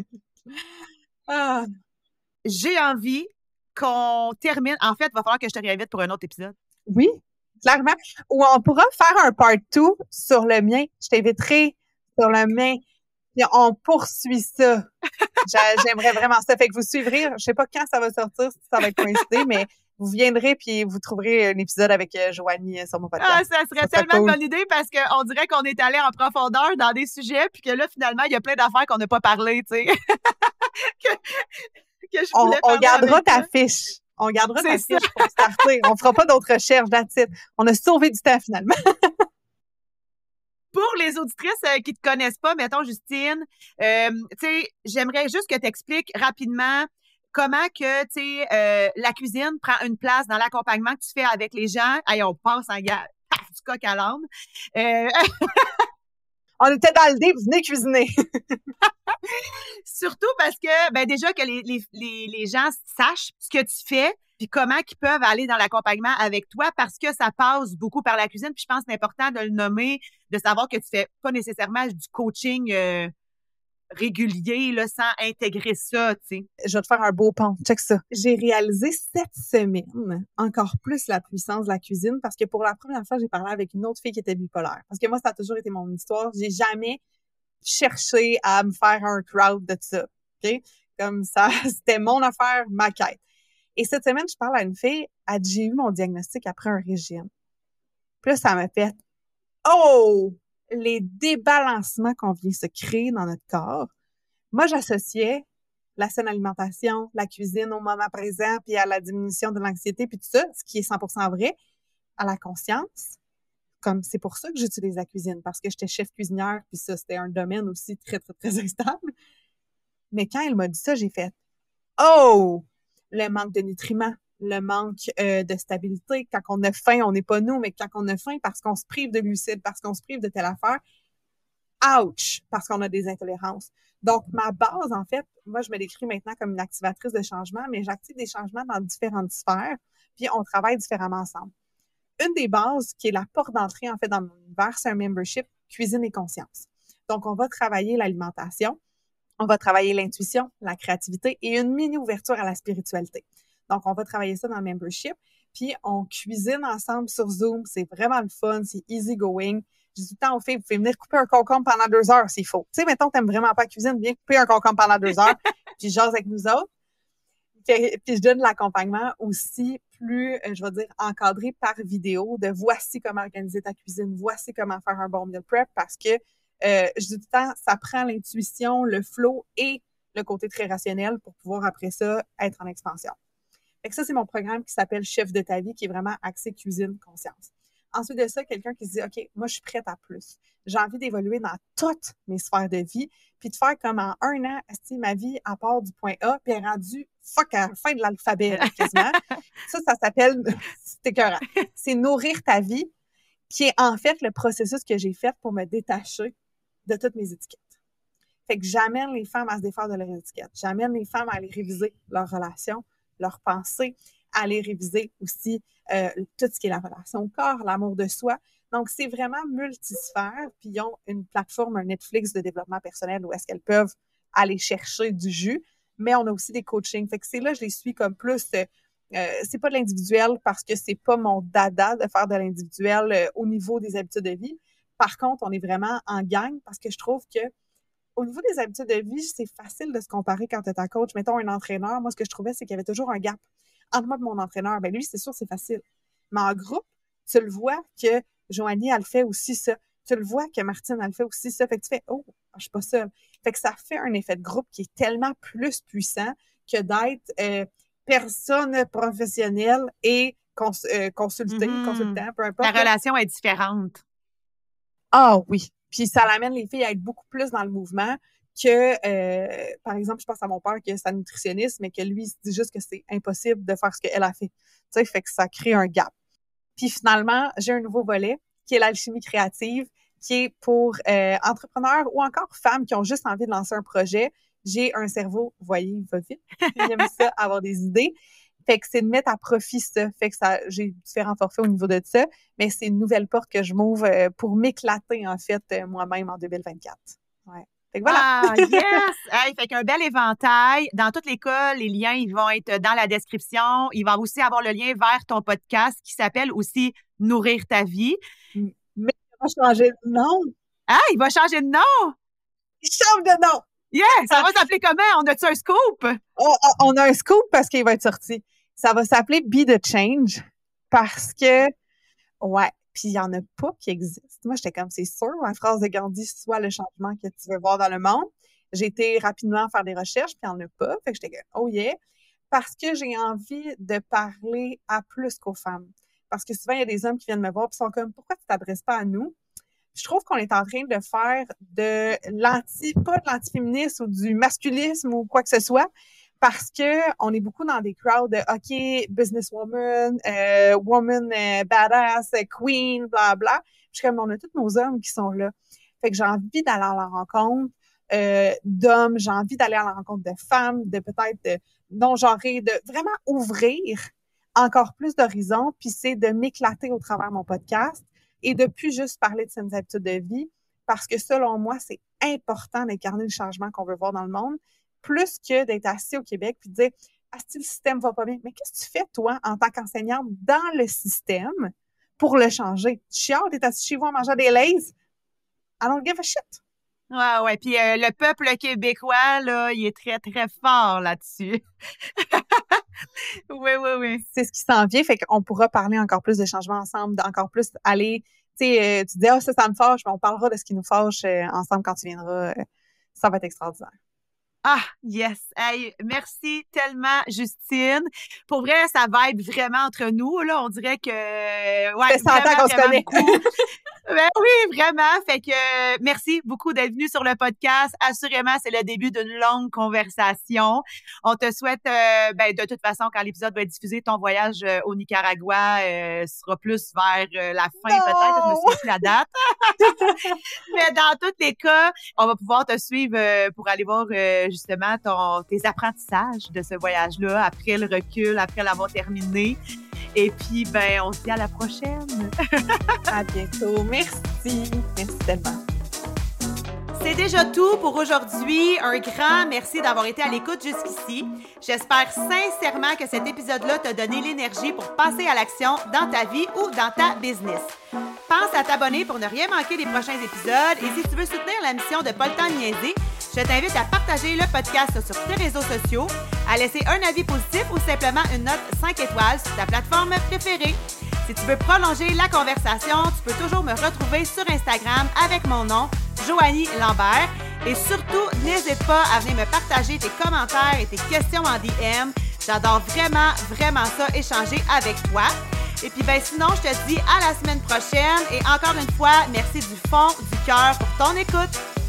ah. J'ai envie qu'on termine. En fait, il va falloir que je te réinvite pour un autre épisode. Oui, clairement. Ou on pourra faire un part deux sur le mien. Je t'inviterai sur le mien. Puis on poursuit ça. J'aimerais vraiment ça. Fait que vous suivrez. Je sais pas quand ça va sortir, si ça va être coïncidé, mais vous viendrez puis vous trouverez un épisode avec euh, Joanie sur mon podcast. Ah, ça serait ça tellement cool. Une bonne idée parce qu'on dirait qu'on est allé en profondeur dans des sujets puis que là, finalement, il y a plein d'affaires qu'on n'a pas parlé, tu sais. que, que je on, on gardera ta toi. fiche. On gardera ta ça. fiche pour starter. On fera pas d'autres recherches, that's it. On a sauvé du temps, finalement. Pour les auditrices euh, qui te connaissent pas, mettons, Justine, euh, tu sais, j'aimerais juste que tu expliques rapidement comment que, tu sais, euh, la cuisine prend une place dans l'accompagnement que tu fais avec les gens. Hey, on passe en gars, du coq à l'âne. Euh... on était dans le dé, venez cuisiner. Surtout parce que, ben déjà que les, les, les, les gens sachent ce que tu fais, puis comment ils peuvent aller dans l'accompagnement avec toi, parce que ça passe beaucoup par la cuisine. Puis je pense que c'est important de le nommer, de savoir que tu fais pas nécessairement du coaching euh, régulier, là, sans intégrer ça, tu sais. Je vais te faire un beau pont. Check ça. J'ai réalisé cette semaine encore plus la puissance de la cuisine, parce que pour la première fois, j'ai parlé avec une autre fille qui était bipolaire. Parce que moi, ça a toujours été mon histoire. J'ai jamais cherché à me faire un crowd de ça. OK? Comme ça, c'était mon affaire, ma quête. Et cette semaine, je parle à une fille, elle dit, j'ai eu mon diagnostic après un régime. Puis là, ça m'a fait, oh, les débalancements qu'on vient se créer dans notre corps. Moi, j'associais la saine alimentation, la cuisine au moment présent, puis à la diminution de l'anxiété, puis tout ça, ce qui est cent pour cent vrai, à la conscience. Comme c'est pour ça que j'utilise la cuisine, parce que j'étais chef cuisinière, puis ça, c'était un domaine aussi très, très, très instable. Mais quand elle m'a dit ça, j'ai fait « Oh! » Le manque de nutriments, le manque euh, de stabilité. Quand on a faim, on n'est pas nous, mais quand on a faim parce qu'on se prive de glucides, parce qu'on se prive de telle affaire, ouch! Parce qu'on a des intolérances. Donc, ma base, en fait, moi, je me décris maintenant comme une activatrice de changement, mais j'active des changements dans différentes sphères, puis on travaille différemment ensemble. Une des bases, qui est la porte d'entrée, en fait, dans mon univers, c'est un membership Cuisine et Conscience. Donc, on va travailler l'alimentation, on va travailler l'intuition, la créativité et une mini-ouverture à la spiritualité. Donc, on va travailler ça dans le membership, puis on cuisine ensemble sur Zoom. C'est vraiment le fun, c'est easy going. Je dis tout le temps aux filles, vous pouvez venir couper un concombre pendant deux heures s'il faut. Tu sais, mettons, t'aimes vraiment pas la cuisine, viens couper un concombre pendant deux heures, puis jase avec nous autres. Puis, puis je donne l'accompagnement aussi plus, euh, je vais dire, encadré par vidéo de voici comment organiser ta cuisine, voici comment faire un bon meal prep, parce que euh, je dis tout le temps, ça prend l'intuition, le flow et le côté très rationnel pour pouvoir après ça être en expansion. Fait que ça, c'est mon programme qui s'appelle Chef de ta vie, qui est vraiment axé cuisine, conscience. Ensuite de ça, quelqu'un qui se dit, OK, moi, je suis prête à plus. J'ai envie d'évoluer dans toutes mes sphères de vie, puis de faire comme en un an, est-ce ma vie à part du point A, puis elle est rendue fuck à la fin de l'alphabet, là, quasiment. Ça, ça s'appelle, c'est écœurant. C'est nourrir ta vie, qui est en fait le processus que j'ai fait pour me détacher de toutes mes étiquettes. Fait que j'amène les femmes à se défaire de leurs étiquettes. J'amène les femmes à aller réviser leurs relations, leurs pensées, à aller réviser aussi euh, tout ce qui est la relation au corps, l'amour de soi. Donc, c'est vraiment multisphère. Puis, ils ont une plateforme, un Netflix de développement personnel où est-ce qu'elles peuvent aller chercher du jus. Mais on a aussi des coachings. Fait que c'est là, je les suis comme plus... Euh, euh, c'est pas de l'individuel parce que c'est pas mon dada de faire de l'individuel euh, au niveau des habitudes de vie. Par contre, on est vraiment en gang parce que je trouve que au niveau des habitudes de vie, c'est facile de se comparer quand tu es ta coach. Mettons un entraîneur. Moi, ce que je trouvais, c'est qu'il y avait toujours un gap entre moi et mon entraîneur. Ben lui, c'est sûr, c'est facile. Mais en groupe, tu le vois que Joanie, elle fait aussi ça. Tu le vois que Martine, elle fait aussi ça. Fait que tu fais, oh, je suis pas seule. Fait que ça fait un effet de groupe qui est tellement plus puissant que d'être euh, personne professionnelle et cons euh, consulté, mm-hmm. consultant, peu importe. La relation est différente. Ah oui. Puis ça l'amène les filles à être beaucoup plus dans le mouvement que, euh, par exemple, je pense à mon père qui est sa nutritionniste, mais que lui, il se dit juste que c'est impossible de faire ce qu'elle a fait. Tu sais, fait que ça crée un gap. Puis finalement, j'ai un nouveau volet qui est l'alchimie créative, qui est pour euh, entrepreneurs ou encore femmes qui ont juste envie de lancer un projet. J'ai un cerveau, vous voyez, il va vite. J'aime ça, avoir des idées. Fait que c'est de mettre à profit ça. Fait que ça, j'ai différents forfaits au niveau de ça, mais c'est une nouvelle porte que je m'ouvre euh, pour m'éclater, en fait, euh, moi-même en deux mille vingt-quatre. Ouais. Fait que voilà. Ah, yes! Hey, fait qu'un bel éventail. Dans toute l'école, les liens, ils vont être dans la description. Il va aussi avoir le lien vers ton podcast qui s'appelle aussi Nourrir ta vie. Mais il va changer de nom. Ah, il va changer de nom? Il change de nom! Yeah! Ça va s'appeler comment? On a-tu un scoop? On, on a un scoop parce qu'il va être sorti. Ça va s'appeler Be the Change parce que, ouais, puis il n'y en a pas qui existent. Moi, j'étais comme, c'est sûr, la phrase de Gandhi, soit le changement que tu veux voir dans le monde. J'ai été rapidement faire des recherches, puis il n'y en a pas. Fait que j'étais comme, oh yeah. Parce que j'ai envie de parler à plus qu'aux femmes. Parce que souvent, il y a des hommes qui viennent me voir et sont comme, pourquoi tu ne t'adresses pas à nous? Je trouve qu'on est en train de faire de l'anti, pas de l'antiféminisme ou du masculisme ou quoi que ce soit, parce que on est beaucoup dans des crowds de OK, businesswoman, euh, woman euh, badass, queen, bla bla. Je suis comme, on a tous nos hommes qui sont là. Fait que j'ai envie d'aller à la rencontre euh, d'hommes, j'ai envie d'aller à la rencontre de femmes, de peut-être de non-genrées, de vraiment ouvrir encore plus d'horizons, puis c'est de m'éclater au travers de mon podcast et de plus juste parler de ses habitudes de vie, parce que selon moi, c'est important d'incarner le changement qu'on veut voir dans le monde, plus que d'être assis au Québec puis de dire « Ah, si le système va pas bien, mais qu'est-ce que tu fais, toi, en tant qu'enseignante, dans le système pour le changer? Tu chiales, t'es assis chez vous en mangeant des lays? I don't give a shit. » Ouais, ouais. Puis euh, le peuple québécois, là, il est très, très fort là-dessus. Oui, oui, oui. C'est ce qui s'en vient, fait qu'on pourra parler encore plus de changements ensemble, d'encore plus aller, tu sais, euh, tu dis, ah, ça, ça me fâche, mais on parlera de ce qui nous fâche euh, ensemble quand tu viendras. Euh, ça va être extraordinaire. Ah, yes. Hey, merci tellement, Justine. Pour vrai, ça vibe vraiment entre nous, là. On dirait que, ouais, Ça fait cent ans qu'on se connaît. beaucoup. Ben oui, vraiment. Fait que euh, merci beaucoup d'être venu sur le podcast. Assurément, c'est le début d'une longue conversation. On te souhaite, euh, ben de toute façon, quand l'épisode va être diffusé, ton voyage euh, au Nicaragua euh, sera plus vers euh, la fin non! peut-être. Je me souviens plus la date. Mais dans tous les cas, on va pouvoir te suivre euh, pour aller voir euh, justement ton, tes apprentissages de ce voyage-là après le recul, après l'avoir terminé. Et puis, ben, on se dit à la prochaine. À bientôt. Merci. Merci tellement. C'est déjà tout pour aujourd'hui. Un grand merci d'avoir été à l'écoute jusqu'ici. J'espère sincèrement que cet épisode-là t'a donné l'énergie pour passer à l'action dans ta vie ou dans ta business. Pense à t'abonner pour ne rien manquer des prochains épisodes. Et si tu veux soutenir la mission de Pas le temps de niaiser, je t'invite à partager le podcast sur tes réseaux sociaux, à laisser un avis positif ou simplement une note cinq étoiles sur ta plateforme préférée. Si tu veux prolonger la conversation, tu peux toujours me retrouver sur Instagram avec mon nom, Joanie Lambert. Et surtout, n'hésite pas à venir me partager tes commentaires et tes questions en D M. J'adore vraiment, vraiment ça, échanger avec toi. Et puis, ben sinon, je te dis à la semaine prochaine. Et encore une fois, merci du fond du cœur pour ton écoute.